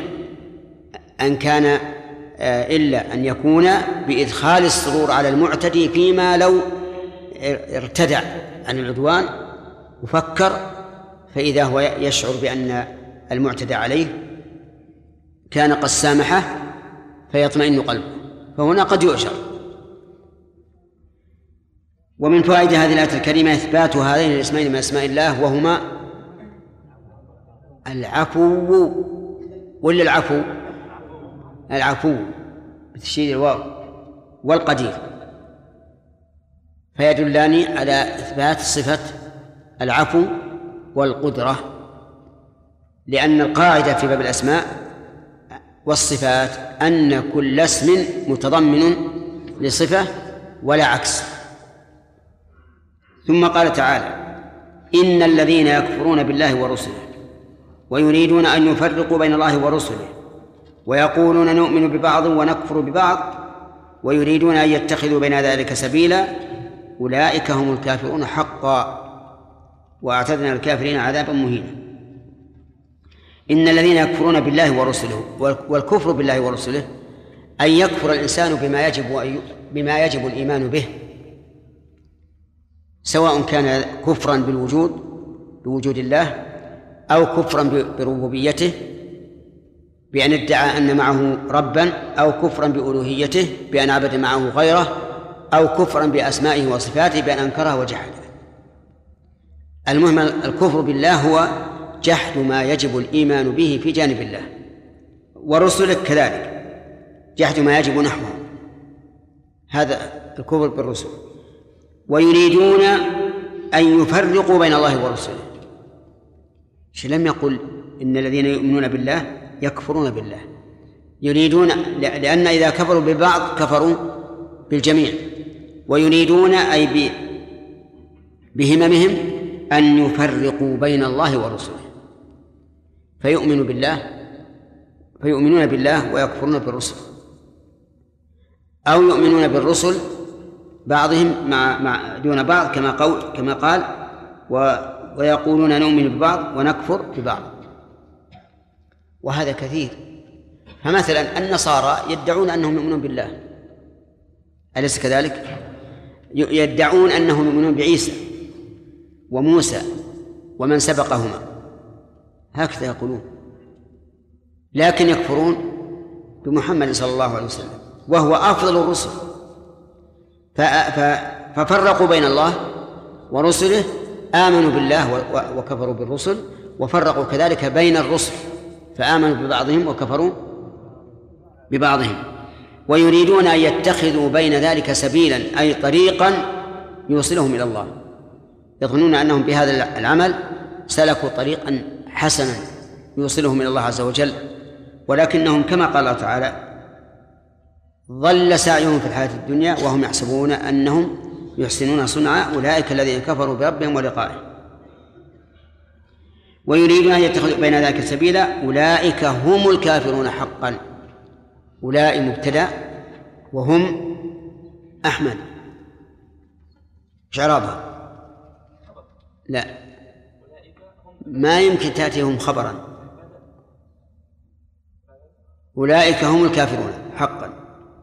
أن يكون بإدخال السرور على المعتدي فيما لو ارتدع عن العدوان وفكر، فإذا هو يشعر بأن المعتدى عليه كان قد سامحه فيطمئن قلبه، فهنا قد يؤجر. ومن فوائد هذه الآية الكريمة إثبات هذين الاسمين من أسماء الله، وهما العفو ولا العفو بتشديد الواو والقدير، فيدلان على إثبات صفة العفو والقدرة، لأن القاعدة في باب الأسماء والصفات أن كل اسم متضمن لصفة ولا عكس. ثم قال تعالى: إن الذين يكفرون بالله ورسله ويريدون أن يفرقوا بين الله ورسله ويقولون نؤمن ببعض ونكفر ببعض ويريدون أن يتخذوا بين ذلك سبيلا أولئك هم الكافرون حقا وأعتدنا للكافرين عذابا مهينا. إن الذين يكفرون بالله ورسله، والكفر بالله ورسله أن يكفر الإنسان بما يجب الإيمان به، سواء كان كفرا بوجود الله، أو كفرا بربوبيته بأن ادعى أن معه ربا، أو كفرا بألوهيته بأن عبد معه غيره، أو كفرا بأسمائه وصفاته بأن أنكره وجحده. المهم الكفر بالله هو جحد ما يجب الإيمان به في جانب الله، ورسله كذلك جحد ما يجب نحوه، هذا الكفر بالرسل. ويريدون أن يفرقوا بين الله ورسله، لم يقل إن الذين يؤمنون بالله يكفرون بالله، يريدون، لأن إذا كفروا ببعض كفروا بالجميع. ويريدون أي بهممهم أن يفرقوا بين الله ورسله، فيؤمنون بالله ويكفرون بالرسل، أو يؤمنون بالرسل بعضهم مع دون بعض كما قال ويقولون نؤمن ببعض ونكفر ببعض، وهذا كثير. فمثلا النصارى يدعون أنهم يؤمنون بالله، أليس كذلك؟ يدعون أنهم يؤمنون بعيسى وموسى ومن سبقهما، هكذا يقولون، لكن يكفرون بمحمد صلى الله عليه وسلم وهو أفضل الرسل، ففرقوا بين الله ورسله، آمنوا بالله وكفروا بالرسل، وفرقوا كذلك بين الرسل فآمنوا ببعضهم وكفروا ببعضهم. ويريدون أن يتخذوا بين ذلك سبيلا أي طريقا يوصلهم إلى الله، يظنون أنهم بهذا العمل سلكوا طريقا حسنا يوصلهم إلى الله عز وجل، ولكنهم كما قال الله تعالى ضل سعيهم في الحياة الدنيا وهم يحسبون أنهم يحسنون صنعا أولئك الذين كفروا بربهم ولقائه. ويريدون أن يتخذوا بين ذلك سبيلا أولئك هم الكافرون حقا. أولئك مبتدأ وهم أحمد، إعرابها لا، ما يمكن تأتيهم خبرا. أولئك هم الكافرون حقا.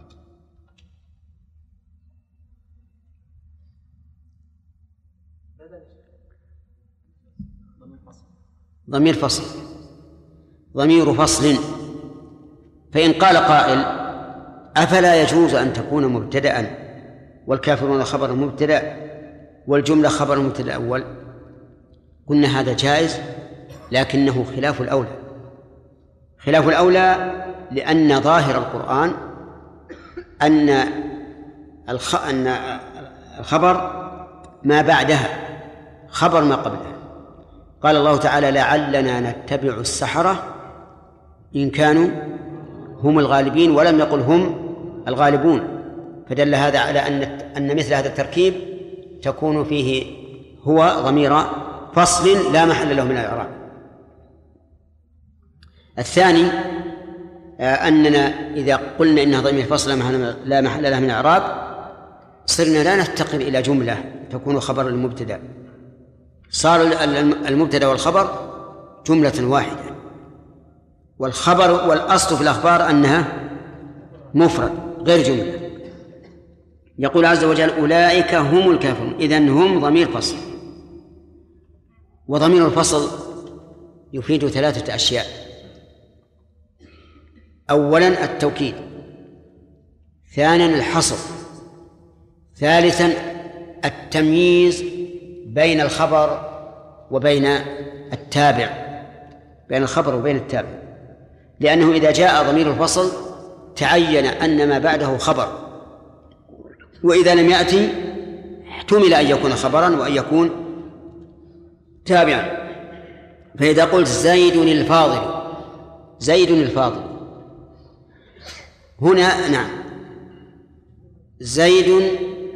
ضمير فصل، ضمير فصل. فإن قال قائل أفلا يجوز أن تكون مبتدأ والكافرون خبر مبتدأ والجملة خبر مبتدأ الأول؟ قلنا هذا جائز، لكنه خلاف الأولى. خلاف الأولى لأن ظاهر القرآن أن الخبر ما بعدها خبر ما قبلها. قال الله تعالى لعلنا نتبع السحرة إن كانوا هم الغالبين، ولم يقل هم الغالبون، فدل هذا على أن مثل هذا التركيب تكون فيه هو ضمير فصل لا محل له من الإعراب. الثاني أننا إذا قلنا إنها ضمير فصل لا محل له من الإعراب صرنا لا نفتقر إلى جملة تكون خبر المبتدأ، صار المبتدأ والخبر جملة واحدة، والخبر والأصل في الأخبار أنها مفرد غير جملة. يقول عز وجل أولئك هم الكافرون، إذن هم ضمير فصل. وضمير الفصل يفيد ثلاثة أشياء: أولا التوكيد، ثانيا الحصر، ثالثا التمييز بين الخبر وبين التابع، بين الخبر وبين التابع، لأنه إذا جاء ضمير الفصل تعين أن ما بعده خبر، وإذا لم يأتي احتمل أن يكون خبرا وأن يكون تابعا. فإذا قلت زيد الفاضل، زيد الفاضل، هنا نعم زيد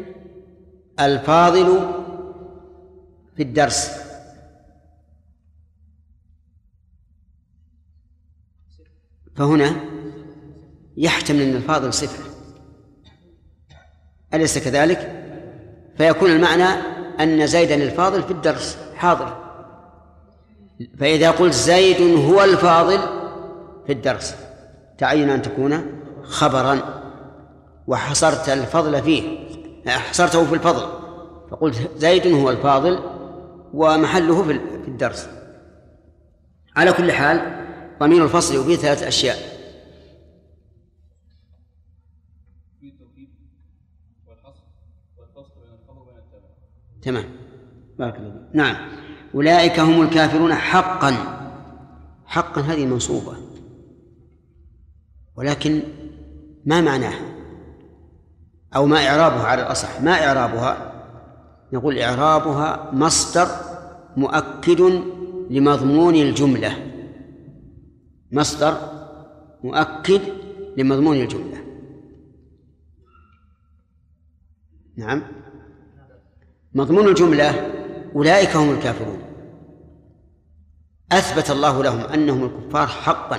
الفاضل في الدرس، فهنا يحتمل أن الفاضل صفة، أليس كذلك؟ فيكون المعنى أن زيدا الفاضل في الدرس حاضر. فإذا قلت زيد هو الفاضل في الدرس تعين أن تكون خبرا، وحصرت الفضل فيه، حصرته في الفضل، فقلت زيد هو الفاضل ومحله في الدرس. على كل حال ضمير الفصل يفيد 3 أشياء: تمام، بارك الله. نعم، أولئك هم الكافرون حقا. حقا هذه منصوبة، ولكن ما معناها أو ما إعرابها على الأصح؟ ما إعرابها؟ نقول إعرابها مصدر مؤكد لمضمون الجملة، مصدر مؤكد لمضمون الجملة. نعم، مضمون الجملة أولئك هم الكافرون، أثبت الله لهم أنهم الكفار حقا،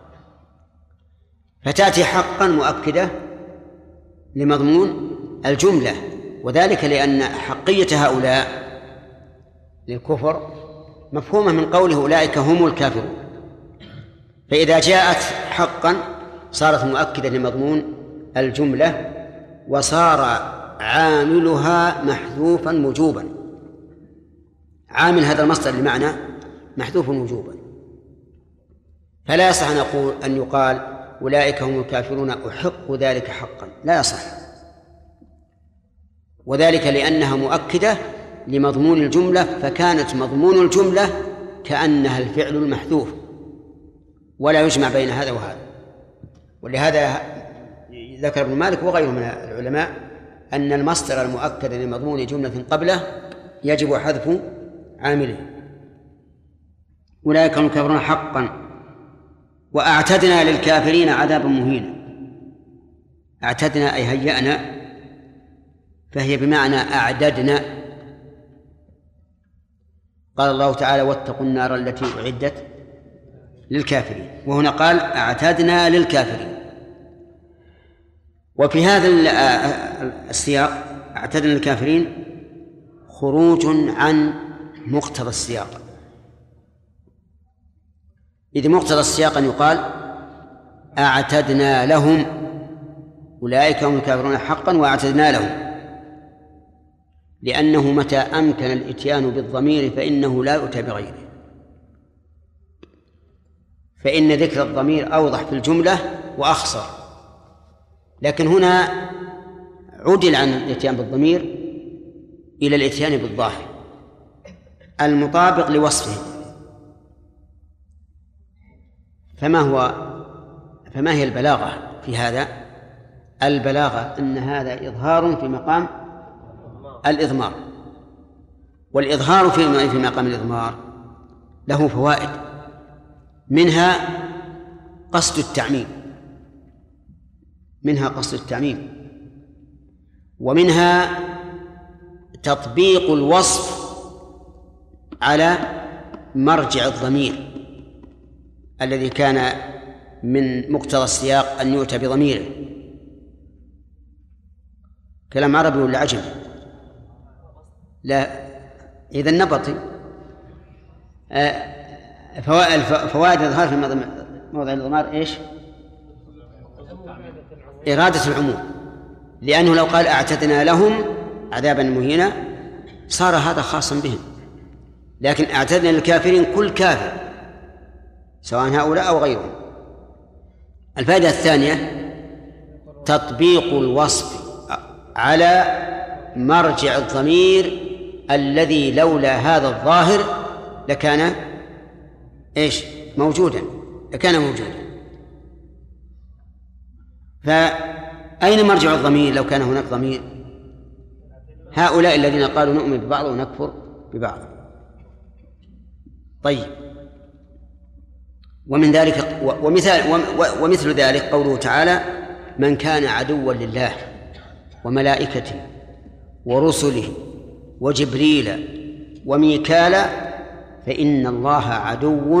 فتأتي حقا مؤكدة لمضمون الجملة، وذلك لأن حقية هؤلاء للكفر مفهومة من قوله أولئك هم الكافرون، فإذا جاءت حقا صارت مؤكدة لمضمون الجملة، وصار عاملها محذوفا وجوبا. عامل هذا المصدر لمعنى محذوف وجوبا، فلا يصح أن يقال أولئك هم الكافرون أحق ذلك حقا، لا يصح، وذلك لأنها مؤكدة لمضمون الجملة، فكانت مضمون الجملة كأنها الفعل المحذوف، ولا يجمع بين هذا وهذا. ولهذا ذكر ابن مالك وغيره من العلماء أن المصدر المؤكد لمضمون جملة قبله يجب حذف عامله. أولئك هم الكافرون حقا وأعتدنا للكافرين عذابا مهينا. أعتدنا أي هيأنا، فهي بمعنى أعددنا. قال الله تعالى واتقوا النار التي أعدت للكافرين، وهنا قال أعتدنا للكافرين. وفي هذا السياق أعتدنا للكافرين خروج عن مقتضى السياق، إذ مقتضى السياق أن يقال أعتدنا لهم، أولئك هم الكافرون حقا وأعتدنا لهم، لأنه متى أمكن الإتيان بالضمير فإنه لا يؤتى بغيره، فإن ذكر الضمير أوضح في الجملة وأخصر. لكن هنا عدل عن الإتيان بالضمير إلى الإتيان بالظاهر المطابق لوصفه. فما هي البلاغة في هذا؟ البلاغة أن هذا إظهار في مقام الإضمار، والإظهار في مقام الإضمار له فوائد، منها قصد التعميم، ومنها تطبيق الوصف على مرجع الضمير الذي كان من مقتضى السياق أن يؤتى بضميره. كلام عربي ولا عجم؟ لا، إذا نبطي. فوائد الإظهار في موضع الإضمار إيش؟ إرادة العموم، لأنه لو قال أعتدنا لهم عذابا مهينا صار هذا خاصا بهم، لكن أعتدنا للكافرين كل كافر سواء هؤلاء أو غيرهم. الفائدة الثانية تطبيق الوصف على مرجع الضمير الذي لولا هذا الظاهر لكان موجودا، لكان موجودا. فأين مرجع الضمير لو كان هناك ضمير؟ هؤلاء الذين قالوا نؤمن ببعض ونكفر ببعض. طيب، ومن ذلك ومثل ذلك قوله تعالى: من كان عدوا لله وملائكته ورسله وجبريل وميكال فإن الله عدو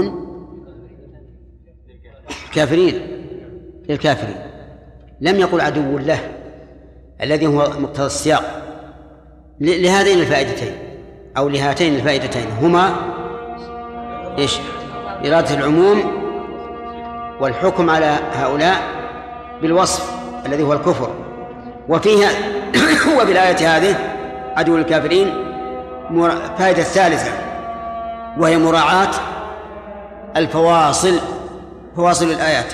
للكافرين. لم يقل عدو له الذي هو مقتضى السياق. لهذين الفائدتين أو لهاتين الفائدتين هما إرادة العموم والحكم على هؤلاء بالوصف الذي هو الكفر. وفيها وبالآية هذه عدو الكافرين فائدة ثالثة، وهي مراعاة فواصل الآيات.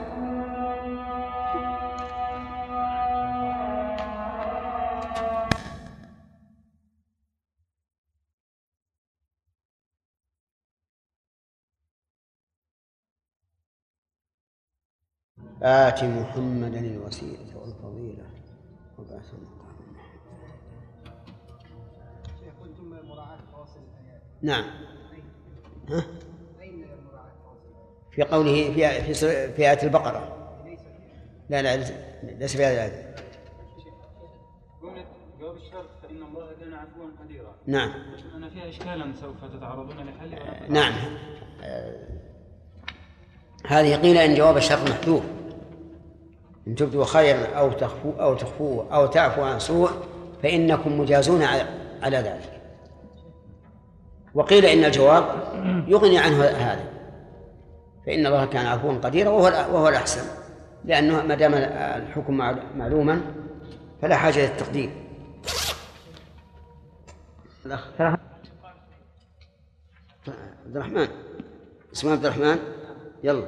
آت محمدا الوسيلة والفضيلة وبعثه مقاما. قلتم مراعاة فواصل الآيات. نعم. في قوله في آية البقرة. لا ليس في هذه الآية. جواب الشرط فإن الله كان عفوا قديرا. نعم. أنا فيها إشكالا سوف تتعرضون لحله. نعم. هذه قيل إن جواب الشرط محذوف، إن تبدوا خيرا أو تخفوه أو تعفوا عن سوء فإنكم مجازون على ذلك. وقيل إن الجواب يغني عنه هذا، فإن الله كان عفوا قديرا وهو الأحسن، لأنه ما دام الحكم معلوما فلا حاجة للتقدير. عبد الرحمن، اسمه عبد الرحمن، يلا.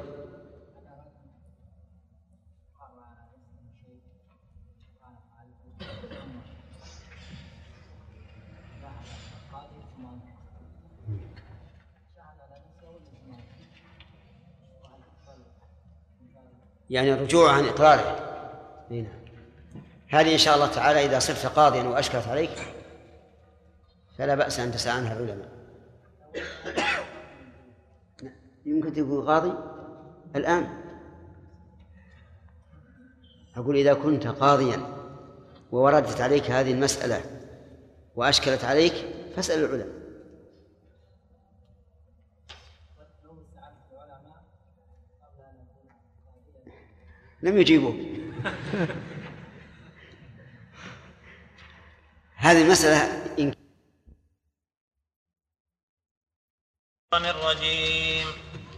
يعني الرجوع عن إقراره. هذه إن شاء الله تعالى إذا صرت قاضيا وأشكلت عليك فلا بأس أن تسأل عنها العلماء. يمكن تكون قاضي الآن. أقول إذا كنت قاضيا ووردت عليك هذه المسألة وأشكلت عليك فاسأل العلماء. لم يجيبوا. هذه المسألة الرجيم.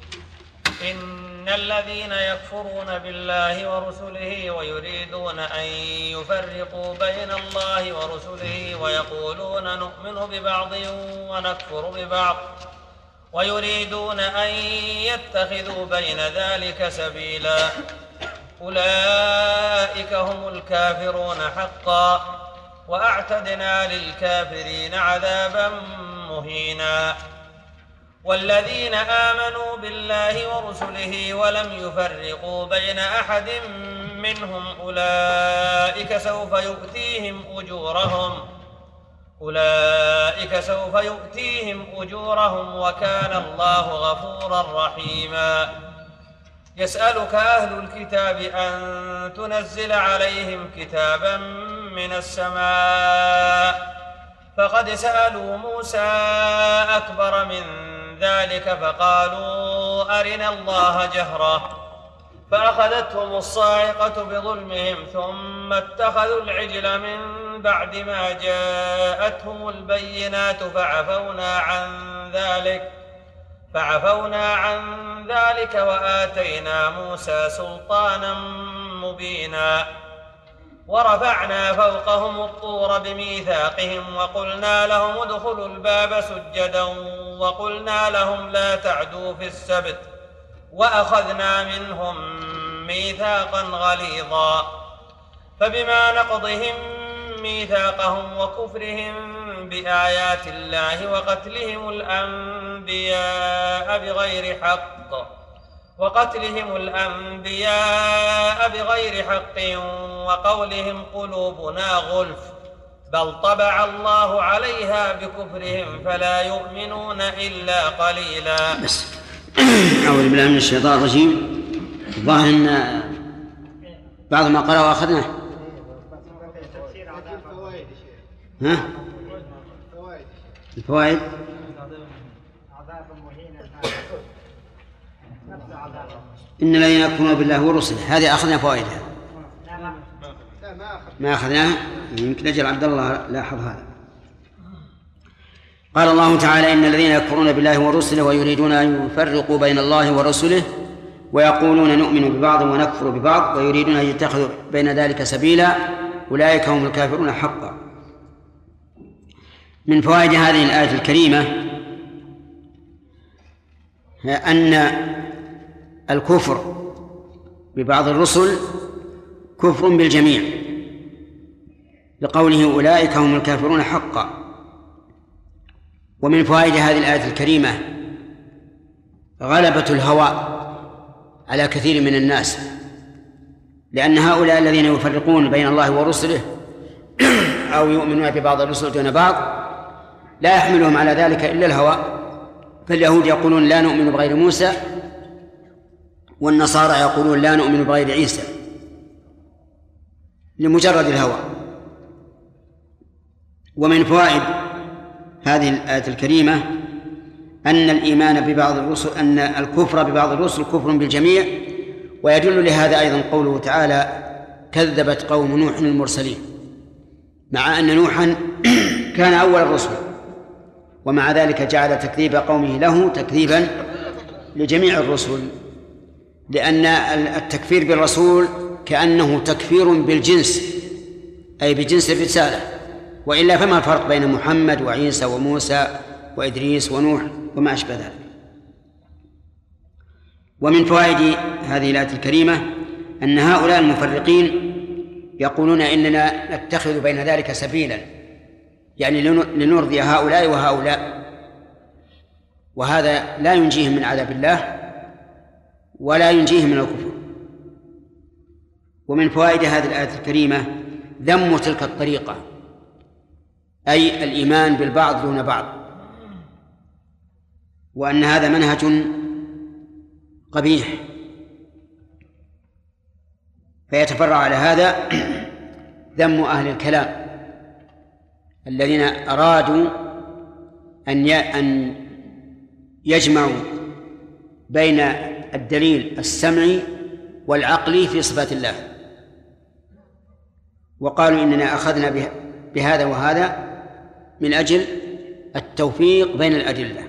إن الذين يكفرون بالله ورسله ويريدون أن يفرقوا بين الله ورسله ويقولون نؤمن ببعض ونكفر ببعض ويريدون أن يتخذوا بين ذلك سبيلا أولئك هم الكافرون حقا وأعتدنا للكافرين عذابا مهينا. والذين آمنوا بالله ورسله ولم يفرقوا بين أحد منهم أولئك سوف يؤتيهم أجورهم وكان الله غفورا رحيما. يسألك أهل الكتاب أن تنزل عليهم كتابا من السماء فقد سألوا موسى أكبر من ذلك فقالوا أرنا الله جهرة فأخذتهم الصاعقة بظلمهم ثم اتخذوا العجل من بعد ما جاءتهم البينات فعفونا عن ذلك وآتينا موسى سلطانا مبينا. ورفعنا فوقهم الطور بميثاقهم وقلنا لهم ادخلوا الباب سجدا وقلنا لهم لا تعدوا في السبت وأخذنا منهم ميثاقا غليظا. فبما نقضهم ميثاقهم وكفرهم بآيات الله وقتلهم الأنبياء بغير حق وقولهم قلوبنا غلف بل طبع الله عليها بكفرهم فلا يؤمنون إلا قليلا. أعوذ بالله من الشيطان الرجيم. الظاهر أن بعض ما قرأوا أخذناه. ها؟ الفوائد إن الذين يكفرون بالله ورسله، هذه أخذنا فوائدها. ما أخذناها، يمكن أجل عبد الله لاحظ هذا. قال الله تعالى: إن الذين يكفرون بالله ورسله ويريدون أن يفرقوا بين الله ورسله ويقولون نؤمن ببعض ونكفر ببعض ويريدون أن يتخذوا بين ذلك سبيلا أولئك هم الكافرون حقا. من فوائد هذه الآية الكريمة أن الكفر ببعض الرسل كفر بالجميع، لقوله أولئك هم الكافرون حقا. ومن فوائد هذه الآية الكريمة غلبة الهوى على كثير من الناس، لأن هؤلاء الذين يفرقون بين الله ورسله أو يؤمنون ببعض الرسل دون بعض لا يحملهم على ذلك إلا الهوى. فاليهود يقولون لا نؤمن بغير موسى، والنصارى يقولون لا نؤمن بغير عيسى، لمجرد الهوى. ومن فوائد هذه الآية الكريمة أن الإيمان ببعض الرسل، أن الكفر ببعض الرسل كفر بالجميع. ويدل لهذا أيضا قوله تعالى: كذبت قوم نوح المرسلين، مع أن نوحا كان أول الرسل، ومع ذلك جعل تكذيب قومه له تكذيبا لجميع الرسل، لأن التكفير بالرسول كأنه تكفير بالجنس، أي بجنس الرسالة، وإلا فما الفرق بين محمد وعيسى وموسى وإدريس ونوح وما أشبه ذلك. ومن فوائد هذه الآية الكريمة أن هؤلاء المفرقين يقولون إننا نتخذ بين ذلك سبيلا، يعني لنرضي هؤلاء وهؤلاء، وهذا لا ينجيهم من عذاب الله ولا ينجيهم من الكفر. ومن فوائد هذه الآية الكريمة ذم تلك الطريقة، أي الإيمان بالبعض دون بعض، وأن هذا منهج قبيح. فيتفرع على هذا ذم أهل الكلام الذين أرادوا أن يجمعوا بين الدليل السمعي والعقلي في صفات الله، وقالوا إننا أخذنا بهذا وهذا من أجل التوفيق بين الأدلة،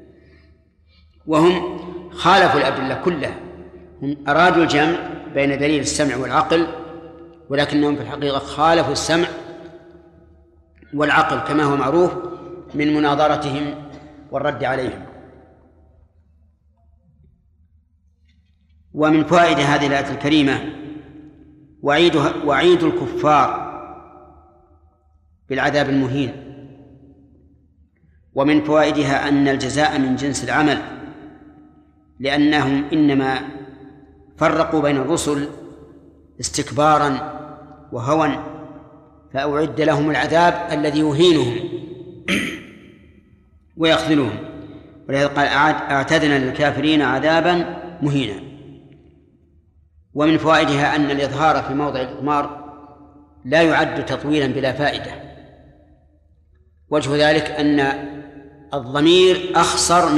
وهم خالفوا الأدلة كلها. هم أرادوا الجمع بين دليل السمع والعقل، ولكنهم في الحقيقة خالفوا السمع والعقل كما هو معروف من مناظرتهم والرد عليهم. ومن فوائد هذه الآية الكريمة وعيد الكفار بالعذاب المهين. ومن فوائدها أن الجزاء من جنس العمل، لأنهم إنما فرقوا بين الرسل استكبارا وهوى، فأعد لهم العذاب الذي يهينهم ويخذلهم، ولهذا قال: أعتدنا للكافرين عذابا مهينا. ومن فوائدها أن الإظهار في موضع الإضمار لا يعد تطويلا بلا فائدة. وجه ذلك أن الضمير أخصر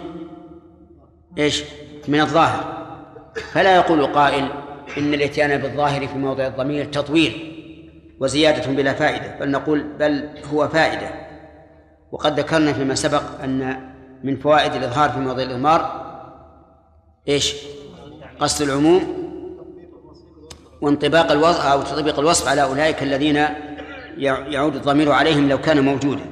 من الظاهر، فلا يقول قائل إن الإتيان بالظاهر في موضع الضمير تطويل وزيادة بلا فائدة، بل نقول بل هو فائدة. وقد ذكرنا فيما سبق أن من فوائد الإظهار في موضع الإضمار قصد العموم وانطباق الوصف أو تطبيق الوصف على أولئك الذين يعود الضمير عليهم لو كان موجودا.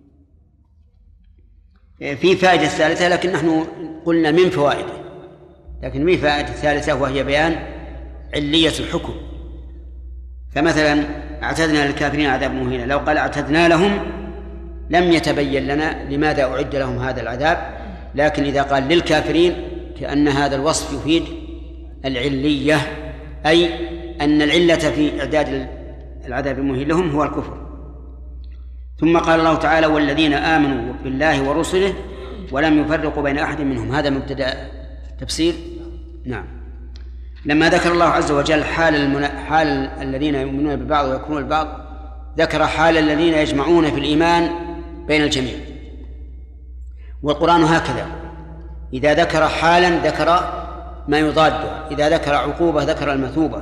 في فائدة ثالثة لكن نحن قلنا من فوائده لكن ما فائدة الثالثة وهي بيان علية الحكم. فمثلا اعتدنا للكافرين عذاب مهينا، لو قال اعتدنا لهم لم يتبين لنا لماذا أعد لهم هذا العذاب، لكن إذا قال للكافرين كأن هذا الوصف يفيد العلية، أي أن العلة في إعداد العذاب المهين لهم هو الكفر. ثم قال الله تعالى والذين آمنوا بالله ورسله ولم يفرقوا بين أحد منهم، هذا مبتدأ تفسير. نعم. لما ذكر الله عز وجل حال الذين يؤمنون ببعض ويكفرون ببعض، ذكر حال الذين يجمعون في الإيمان بين الجميع. والقرآن هكذا، إذا ذكر حالا ذكر ما يضاده، إذا ذكر عقوبة ذكر المثوبة،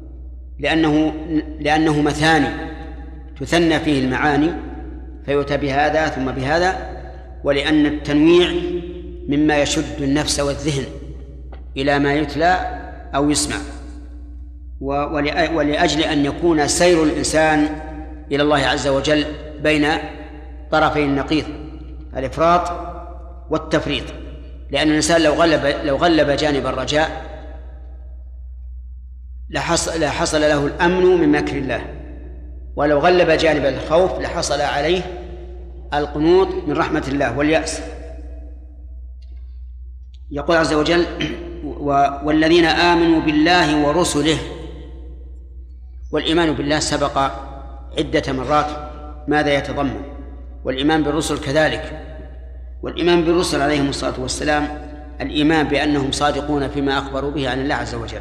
لأنه مثاني تثنى فيه المعاني فيؤتى بهذا ثم بهذا، ولأن التنويع مما يشد النفس والذهن إلى ما يتلى أو يسمع، ولأجل أن يكون سير الإنسان إلى الله عز وجل بين طرفي النقيض الإفراط والتفريط، لأن الإنسان لو غلب جانب الرجاء لحصل له الأمن من مكر الله، ولو غلب جانب الخوف لحصل عليه القنوط من رحمة الله واليأس. يقول عز وجل والذين آمنوا بالله ورسله، والإيمان بالله سبق عدة مرات ماذا يتضمن، والإيمان بالرسل كذلك. والإيمان بالرسل عليهم الصلاة والسلام الإيمان بأنهم صادقون فيما أخبروا به عن الله عز وجل.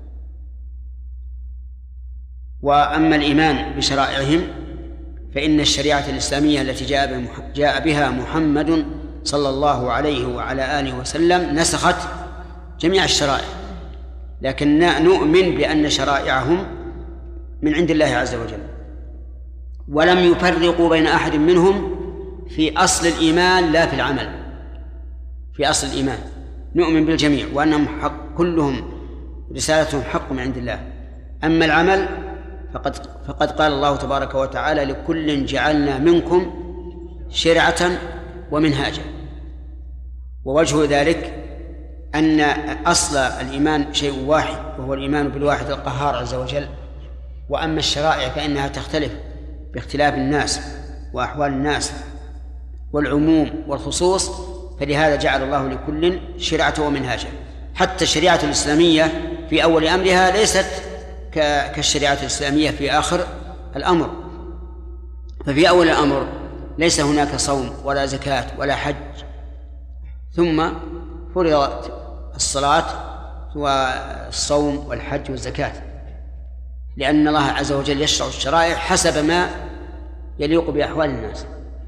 وأما الإيمان بشرائعهم فإن الشريعة الإسلامية التي جاء بها محمد صلى الله عليه وعلى آله وسلم نسخت جميع الشرائع، لكن نؤمن بأن شرائعهم من عند الله عز وجل، ولم يفرقوا بين أحد منهم في أصل الإيمان لا في العمل. في أصل الإيمان نؤمن بالجميع وأنهم حق، كلهم رسالتهم حق من عند الله. أما العمل فقد قال الله تبارك وتعالى لكل جعلنا منكم شرعة ومنهاجا. ووجه ذلك أن أصل الإيمان شيء واحد وهو الإيمان بالواحد القهار عز وجل، وأما الشرائع فإنها تختلف باختلاف الناس وأحوال الناس والعموم والخصوص، فلهذا جعل الله لكل شرعة ومنهاجا. حتى الشريعة الإسلامية في أول أمرها ليست كالشريعة الإسلامية في آخر الأمر، ففي أول الأمر ليس هناك صوم ولا زكاة ولا حج، ثم فرضت الصلاة والصوم والحج والزكاة، لأن الله عز وجل يشرع الشرائع حسب ما يليق بأحوال الناس.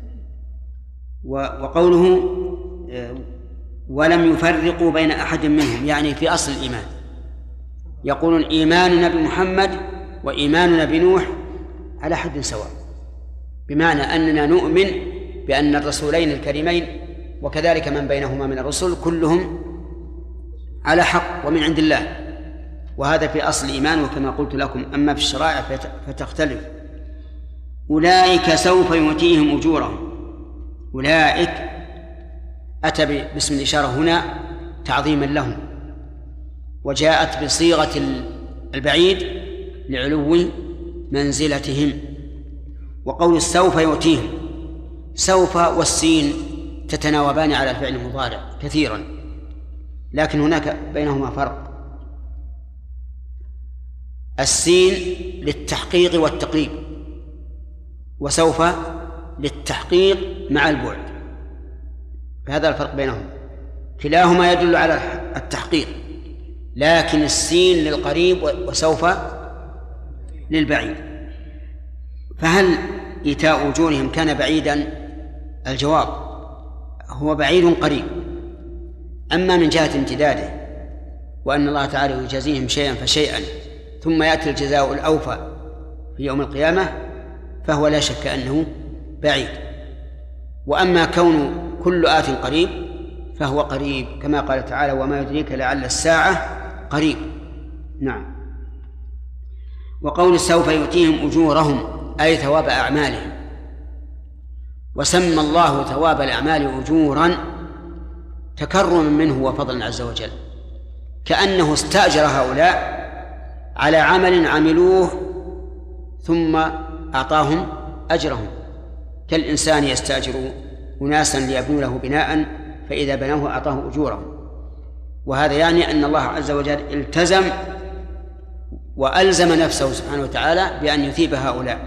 وقوله ولم يفرقوا بين أحد منهم يعني في أصل الإيمان، يقولون إيماننا بمحمد وإيماننا بنوح على حد سواء، بمعنى أننا نؤمن بأن الرسولين الكريمين وكذلك من بينهما من الرسل كلهم على حق ومن عند الله، وهذا في أصل الإيمان. وكما قلت لكم أما في الشرائع فتختلف. أولئك سوف يؤتيهم أجورهم، أولئك أتى باسم الإشارة هنا تعظيما لهم، وجاءت بصيغة البعيد لعلو منزلتهم. وقول سوف يؤتيهم، سوف والسين تتناوبان على الفعل المضارع كثيرا، لكن هناك بينهما فرق. السين للتحقيق والتقريب، وسوف للتحقيق مع البعد، فهذا الفرق بينهم. كلاهما يدل على التحقيق، لكن السين للقريب وسوف للبعيد. فهل إيتاء أجورهم كان بعيدا؟ الجواب هو بعيد قريب. أما من جهة امتداده وأن الله تعالى يجازيهم شيئا فشيئا ثم يأتي الجزاء الأوفى في يوم القيامة فهو لا شك أنه بعيد. وأما كون كل آت قريب فهو قريب، كما قال تعالى وما يدريك لعل الساعة قريب. نعم. وقول سوف يؤتيهم أجورهم أي ثواب أعمالهم، وسمى الله ثواب الأعمال أجورا تكرما منه وفضلا عز وجل، كأنه استأجر هؤلاء على عمل عملوه ثم أعطاهم أجرهم، كالإنسان يستأجر أناسا ليبنوا له بناء فإذا بنوه أعطاه أجورهم. وهذا يعني أن الله عز وجل التزم وألزم نفسه سبحانه وتعالى بأن يثيب هؤلاء،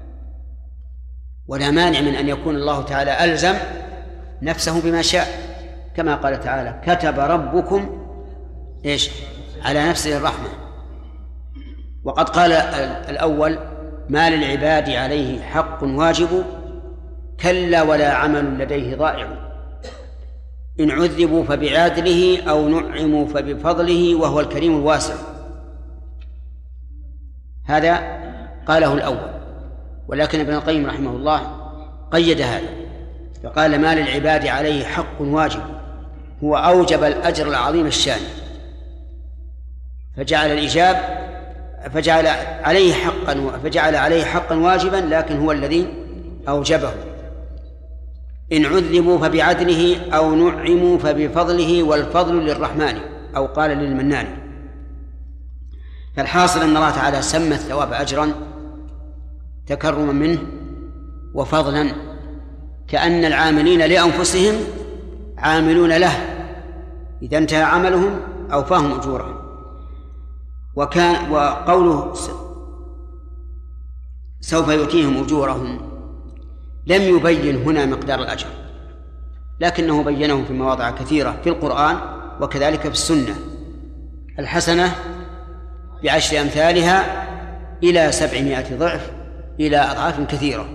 ولا مانع من أن يكون الله تعالى ألزم نفسه بما شاء، كما قال تعالى: كتب ربكم على نفسه الرحمة. وقد قال الأول: ما للعباد عليه حق واجب، كلا ولا عمل لديه ضائع، إن عذبوا فبعدله أو نعموا فبفضله وهو الكريم الواسع. هذا قاله الأول، ولكن ابن القيم رحمه الله قيد هذا فقال: ما للعباد عليه حق واجب، هو أوجب الأجر العظيم الشان، فجعل عليه حقا واجبا، لكن هو الذي أوجبه. إن عذبوا فبعدله أو نعموا فبفضله والفضل للرحمن، أو قال للمنان. فالحاصل أن الله تعالى سمى الثواب أجرا تكرما منه وفضلا، كأن العاملين لأنفسهم عاملون له، إذا انتهى عملهم أوفاهم أجورهم. وقوله سوف يؤتيهم أجورهم لم يبين هنا مقدار الأجر، لكنه بينه في مواضع كثيرة في القرآن وكذلك في السنة: الحسنة ب10 أمثالها إلى 700 ضعف إلى أضعاف كثيرة.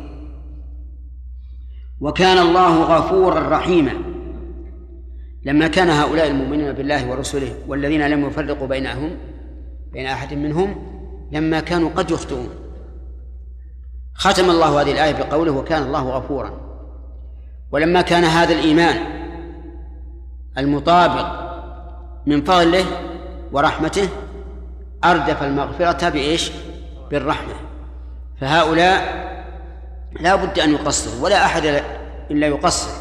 وكان الله غفورا رحيما، لما كان هؤلاء المؤمنين بالله ورسله والذين لم يفرقوا بين أحد منهم، لما كانوا قد يخطئون، ختم الله هذه الآية بقوله: وكان الله غفورا. ولما كان هذا الإيمان المطابق من فضله ورحمته، أردف المغفرة بالرحمة. فهؤلاء لا بد أن يقصروا، ولا أحد إلا يقصر.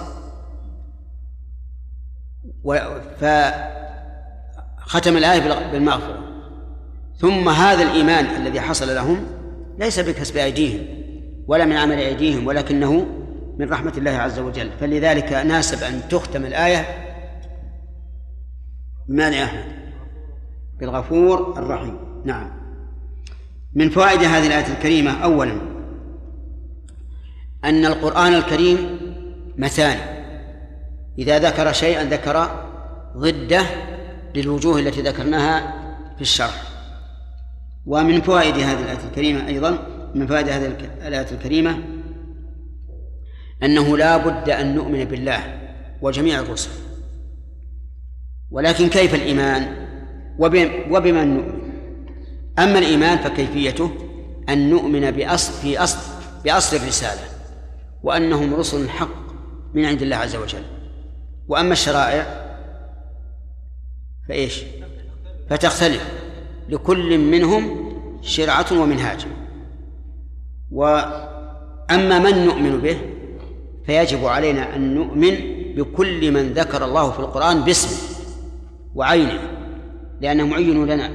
فختم الآية بالمغفرة. ثم هذا الإيمان الذي حصل لهم ليس بكسب أيديهم ولا من عمل أيديهم، ولكنه من رحمة الله عز وجل. فلذلك ناسب أن تختم الآية بماذا يا أحمد؟ بالغفور الرحيم. نعم. من فوائد هذه الآية الكريمة: أولا أن القرآن الكريم مثاني، إذا ذكر شيئا ذكر ضده للوجوه التي ذكرناها في الشرح. ومن فوائد هذه الآية الكريمة أيضا، من فوائد هذه الآية الكريمة أنه لا بد أن نؤمن بالله وجميع الرسل، ولكن كيف الإيمان وبمن نؤمن؟ أما الإيمان فكيفيته أن نؤمن بأصل الرسالة، وأنهم رسل حق من عند الله عز وجل. وأما الشرائع فتختلف، لكل منهم شرعة ومنهاج. وأما من نؤمن به فيجب علينا أن نؤمن بكل من ذكر الله في القرآن باسمه وعينه، لأنه معين لنا.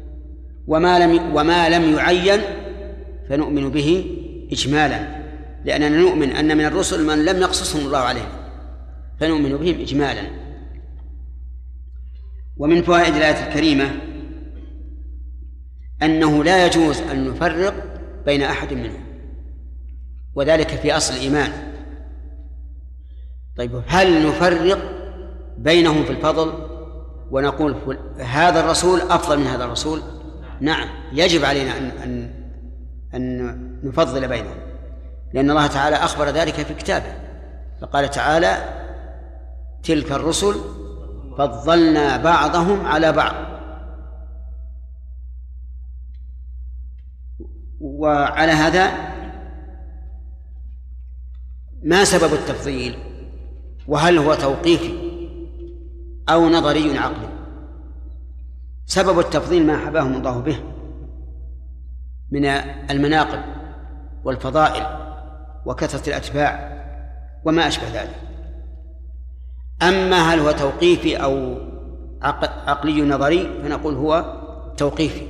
وما لم يعين فنؤمن به إجمالا، لأننا نؤمن أن من الرسل من لم يقصصهم الله عليه فنؤمن بهم إجمالا. ومن فوائد الآية الكريمة أنه لا يجوز أن نفرق بين أحد منهم، وذلك في أصل الإيمان. طيب، هل نفرق بينهم في الفضل ونقول هذا الرسول أفضل من هذا الرسول؟ نعم، يجب علينا أن نفضل بينهم، لأن الله تعالى أخبر ذلك في كتابه، فقال تعالى: تلك الرسل فضلنا بعضهم على بعض. وعلى هذا ما سبب التفضيل؟ وهل هو توقيفي أو نظري عقلي؟ سبب التفضيل ما حباهم الله به من المناقب والفضائل وكثرة الأتباع وما أشبه ذلك. أما هل هو توقيفي عقلي نظري فنقول هو توقيفي،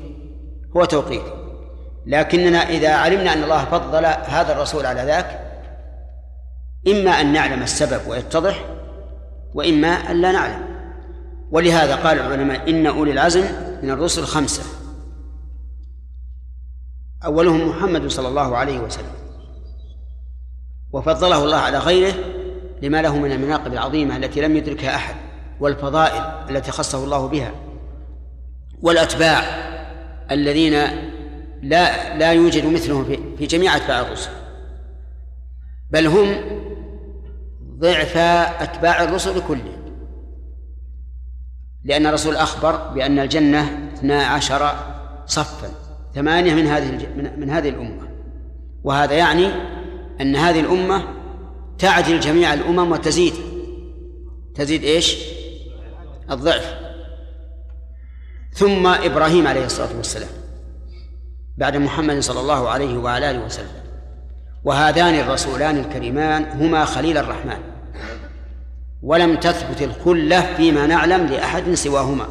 لكننا إذا علمنا أن الله فضل هذا الرسول على ذاك إما أن نعلم السبب ويتضح، وإما أن لا نعلم. ولهذا قال العلماء إن أولي العزم من الرسل 5، أولهم محمد صلى الله عليه وسلم، وفضله الله على غيره لما له من المناقب العظيمة التي لم يدركها أحد، والفضائل التي خصه الله بها، والأتباع الذين لا يوجد مثلهم في جميع أتباع الرسل، بل هم ضعف أتباع الرسل كلهم، لأن الرسول أخبر بأن الجنة 12 صفا، 8 من هذه الأمة، وهذا يعني أن هذه الأمة تعدل جميع الأمم وتزيد إيش؟ الضعف. ثم إبراهيم عليه الصلاة والسلام بعد محمد صلى الله عليه وعلى آله وسلم، وهذان الرسولان الكريمان هما خليل الرحمن، ولم تثبت الخلة فيما نعلم لأحد سواهما.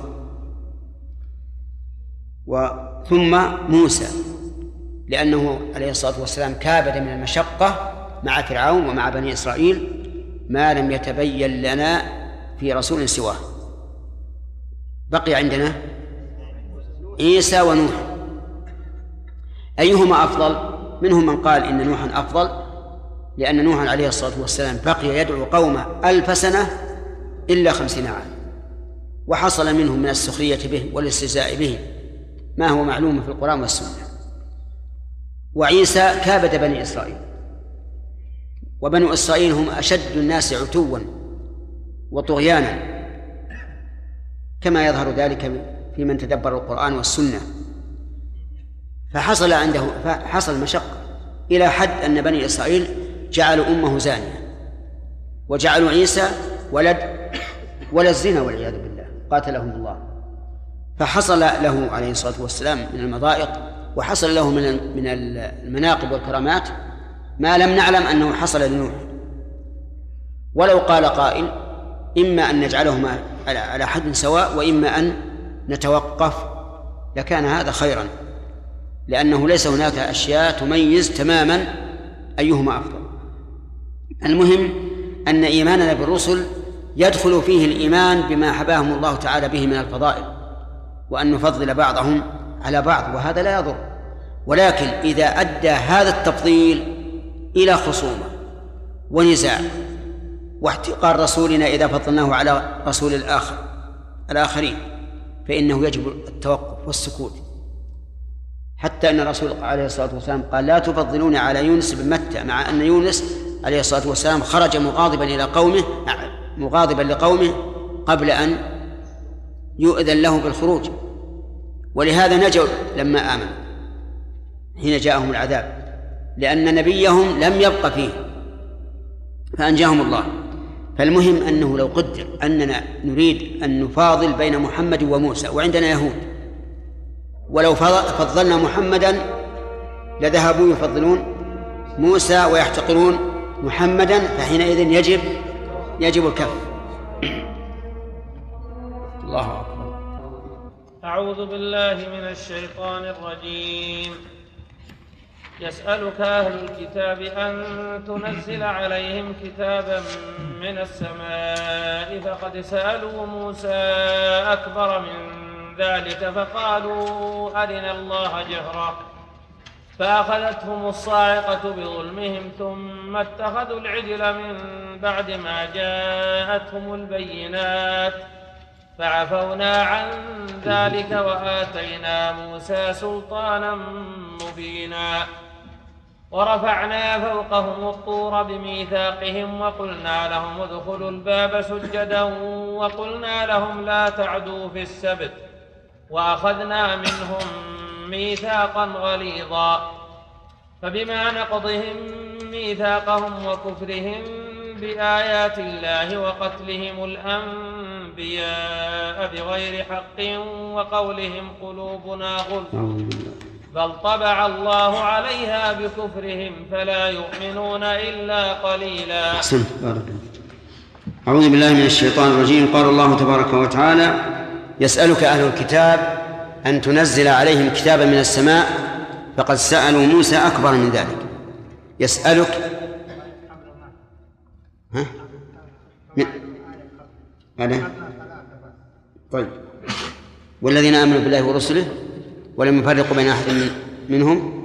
ثم موسى، لأنه عليه الصلاة والسلام كابد من المشقة مع فرعون ومع بني إسرائيل ما لم يتبين لنا في رسول سواه. بقي عندنا عيسى ونوح، أيهما أفضل؟ منهم من قال إن نوحا أفضل، لأن نوحا عليه الصلاة والسلام بقي يدعو قومه 1000 سنة إلا 50 عاما، وحصل منهم من السخرية به والاستهزاء به ما هو معلوم في القرآن والسنة. وعيسى كابد بني إسرائيل، وبنو إسرائيل هم أشد الناس عتوا وطغيانا، كما يظهر ذلك في من تدبر القرآن والسنة. فحصل مشقة إلى حد أن بني إسرائيل جعلوا أمه زانية، وجعلوا عيسى ولد الزنا والعياذ بالله، قاتلهم الله. فحصل له عليه الصلاة والسلام من المضائق، وحصل له من المناقب والكرامات ما لم نعلم أنه حصل لنوح. ولو قال قائل إما أن نجعلهما على حد سواء وإما أن نتوقف لكان هذا خيرا، لأنه ليس هناك أشياء تميز تماما أيهما أفضل. المهم أن إيماننا بالرسل يدخل فيه الإيمان بما حباهم الله تعالى به من الفضائل، وأن نفضل بعضهم على بعض، وهذا لا يضر. ولكن إذا أدى هذا التفضيل إلى خصومة ونزاع واحتقار رسولنا إذا فضلناه على رسول الآخرين فإنه يجب التوقف والسكوت. حتى أن الرسول عليه الصلاة والسلام قال لا تفضلون على يونس بن متى، مع أن يونس عليه الصلاة والسلام خرج مغاضبا لقومه قبل أن يؤذن له بالخروج، ولهذا نجوا لما آمنوا حين جاءهم العذاب، لأن نبيهم لم يبق فيه فأنجاهم الله. فالمهم أنه لو قدر أننا نريد أن نفاضل بين محمد وموسى وعندنا يهود، ولو فضلنا محمدا لذهبوا يفضلون موسى ويحتقرون محمدا، فحينئذ يجب الكف. الله أكبر. أعوذ بالله من الشيطان الرجيم. يسألك أهل الكتاب أن تنزل عليهم كتابا من السماء، فقد سألوا موسى أكبر من ذلك فقالوا أرنا الله جهرة، فأخذتهم الصاعقة بظلمهم ثم اتخذوا العجل من بعد ما جاءتهم البينات، فعفونا عن ذلك وآتينا موسى سلطانا مبينا. ورفعنا فوقهم الطور بميثاقهم وقلنا لهم ادخلوا الباب سجدا وقلنا لهم لا تعدوا في السبت، وأخذنا منهم ميثاقا غليظا. فبما نقضهم ميثاقهم وكفرهم بآيات الله وقتلهم الأنبياء بغير حق وقولهم قلوبنا غلف بل طبع الله عليها بكفرهم فلا يؤمنون إلا قليلا. أحسنت، بارك الله. أعوذ بالله من الشيطان الرجيم. قال الله تبارك وتعالى يسألك أهل الكتاب أن تنزل عليهم كتابا من السماء فقد سألوا موسى أكبر من ذلك. يسألك أنا؟ طيب، والذين آمنوا بالله ورسله ولم يفرقوا بين أحد منهم.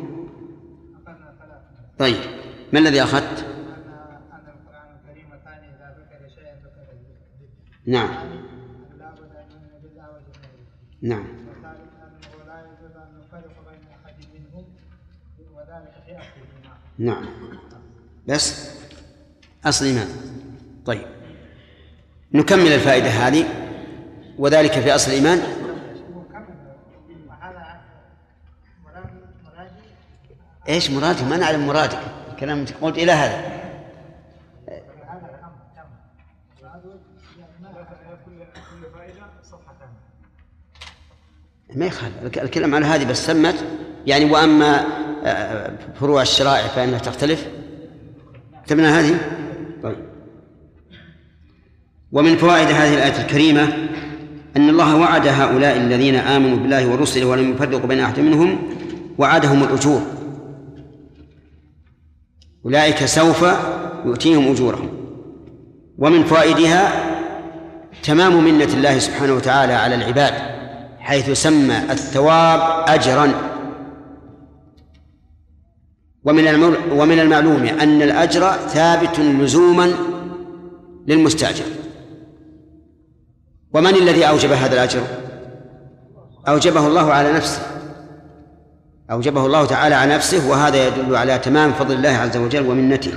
طيب، ما الذي أخذت؟ نعم نعم. نعم بس أصل الإيمان. طيب، نكمل الفائدة هذه. وذلك في أصل الإيمان. إيش مرادك؟ ما نعلم مرادك. كلام قلت إلى هذا. ما يخالف الكلام على هذه بس سمت يعني. وأما فروع الشرائع فإنها تختلف. كتبنا هذه. طيب، ومن فوائد هذه الآية الكريمة أن الله وعد هؤلاء الذين آمنوا بالله ورسله ولم يفرقوا بين أحد منهم وعدهم الأجور. أولئك سوف يؤتيهم أجورهم. ومن فوائدها تمام منة الله سبحانه وتعالى على العباد حيث سمى الثواب أجرا. ومن المعلوم أن الأجر ثابت لزوما للمستأجر. ومن الذي أوجب هذا الأجر؟ أوجبه الله على نفسه، أوجبه الله تعالى على نفسه، وهذا يدل على تمام فضل الله عز وجل ومنته.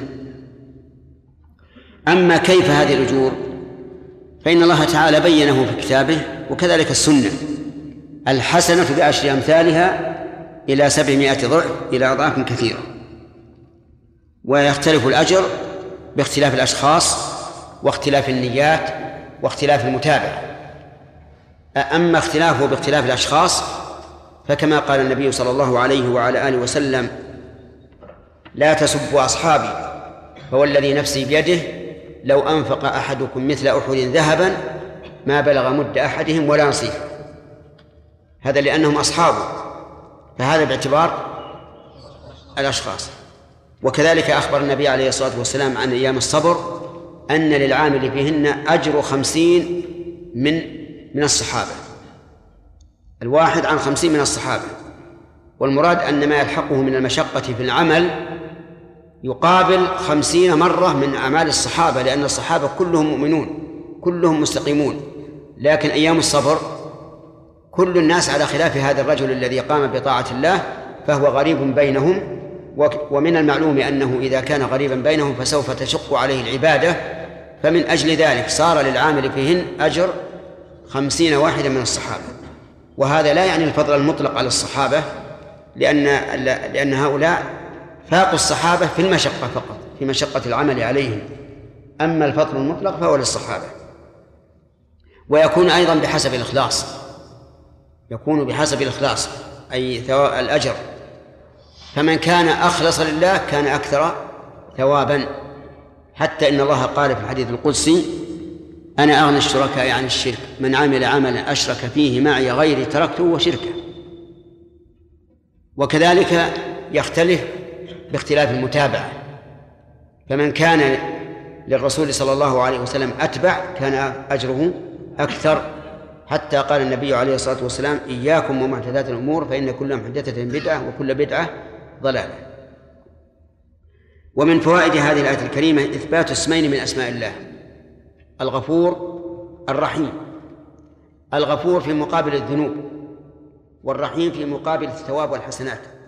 أما كيف هذه الأجور فإن الله تعالى بينه في كتابه، وكذلك السنة. الحسنة ب10 أمثالها إلى 700 ضعف إلى أضعاف كثيرة. ويختلف الأجر باختلاف الأشخاص واختلاف النيات واختلاف المتابعة. أما اختلافه باختلاف الأشخاص فكما قال النبي صلى الله عليه وعلى آله وسلم: لا تسبوا أصحابي فوالذي نفسي بيده لو أنفق أحدكم مثل أحد ذهبا ما بلغ مد أحدهم ولا نصيفه. هذا لأنهم أصحابه، فهذا باعتبار الأشخاص. وكذلك أخبر النبي عليه الصلاة والسلام عن أيام الصبر أن للعامل فيهن أجر 50 من الصحابة، الواحد عن 50 من الصحابة. والمراد أن ما يلحقه من المشقة في العمل يقابل 50 مرة من أعمال الصحابة، لأن الصحابة كلهم مؤمنون كلهم مستقيمون. لكن أيام الصبر كل الناس على خلاف هذا الرجل الذي قام بطاعة الله فهو غريب بينهم. ومن المعلوم أنه إذا كان غريبا بينهم فسوف تشق عليه العبادة، فمن أجل ذلك صار للعامل فيهن أجر 50 واحدا من الصحابة. وهذا لا يعني الفضل المطلق على الصحابة، لأن هؤلاء فاقوا الصحابة في المشقة فقط، في مشقة العمل عليهم. أما الفضل المطلق فهو للصحابة. ويكون أيضا بحسب الإخلاص، يكون بحسب الإخلاص أي الأجر. فمن كان أخلص لله كان أكثر ثوابا، حتى إن الله قال في الحديث القدسي: أنا أغنى الشركاء عن الشرك، من عمل عملا أشرك فيه معي غيري تركته وشركه. وكذلك يختلف باختلاف المتابعة، فمن كان للرسول صلى الله عليه وسلم أتبع كان أجره أكثر، حتى قال النبي عليه الصلاة والسلام: إياكم ومحدثات الأمور فإن كل محدثة بدعة وكل بدعة ضلالة. ومن فوائد هذه الآية الكريمة إثبات اسمين من أسماء الله: الغفور الرحيم. الغفور في مقابل الذنوب، والرحيم في مقابل الثواب والحسنات.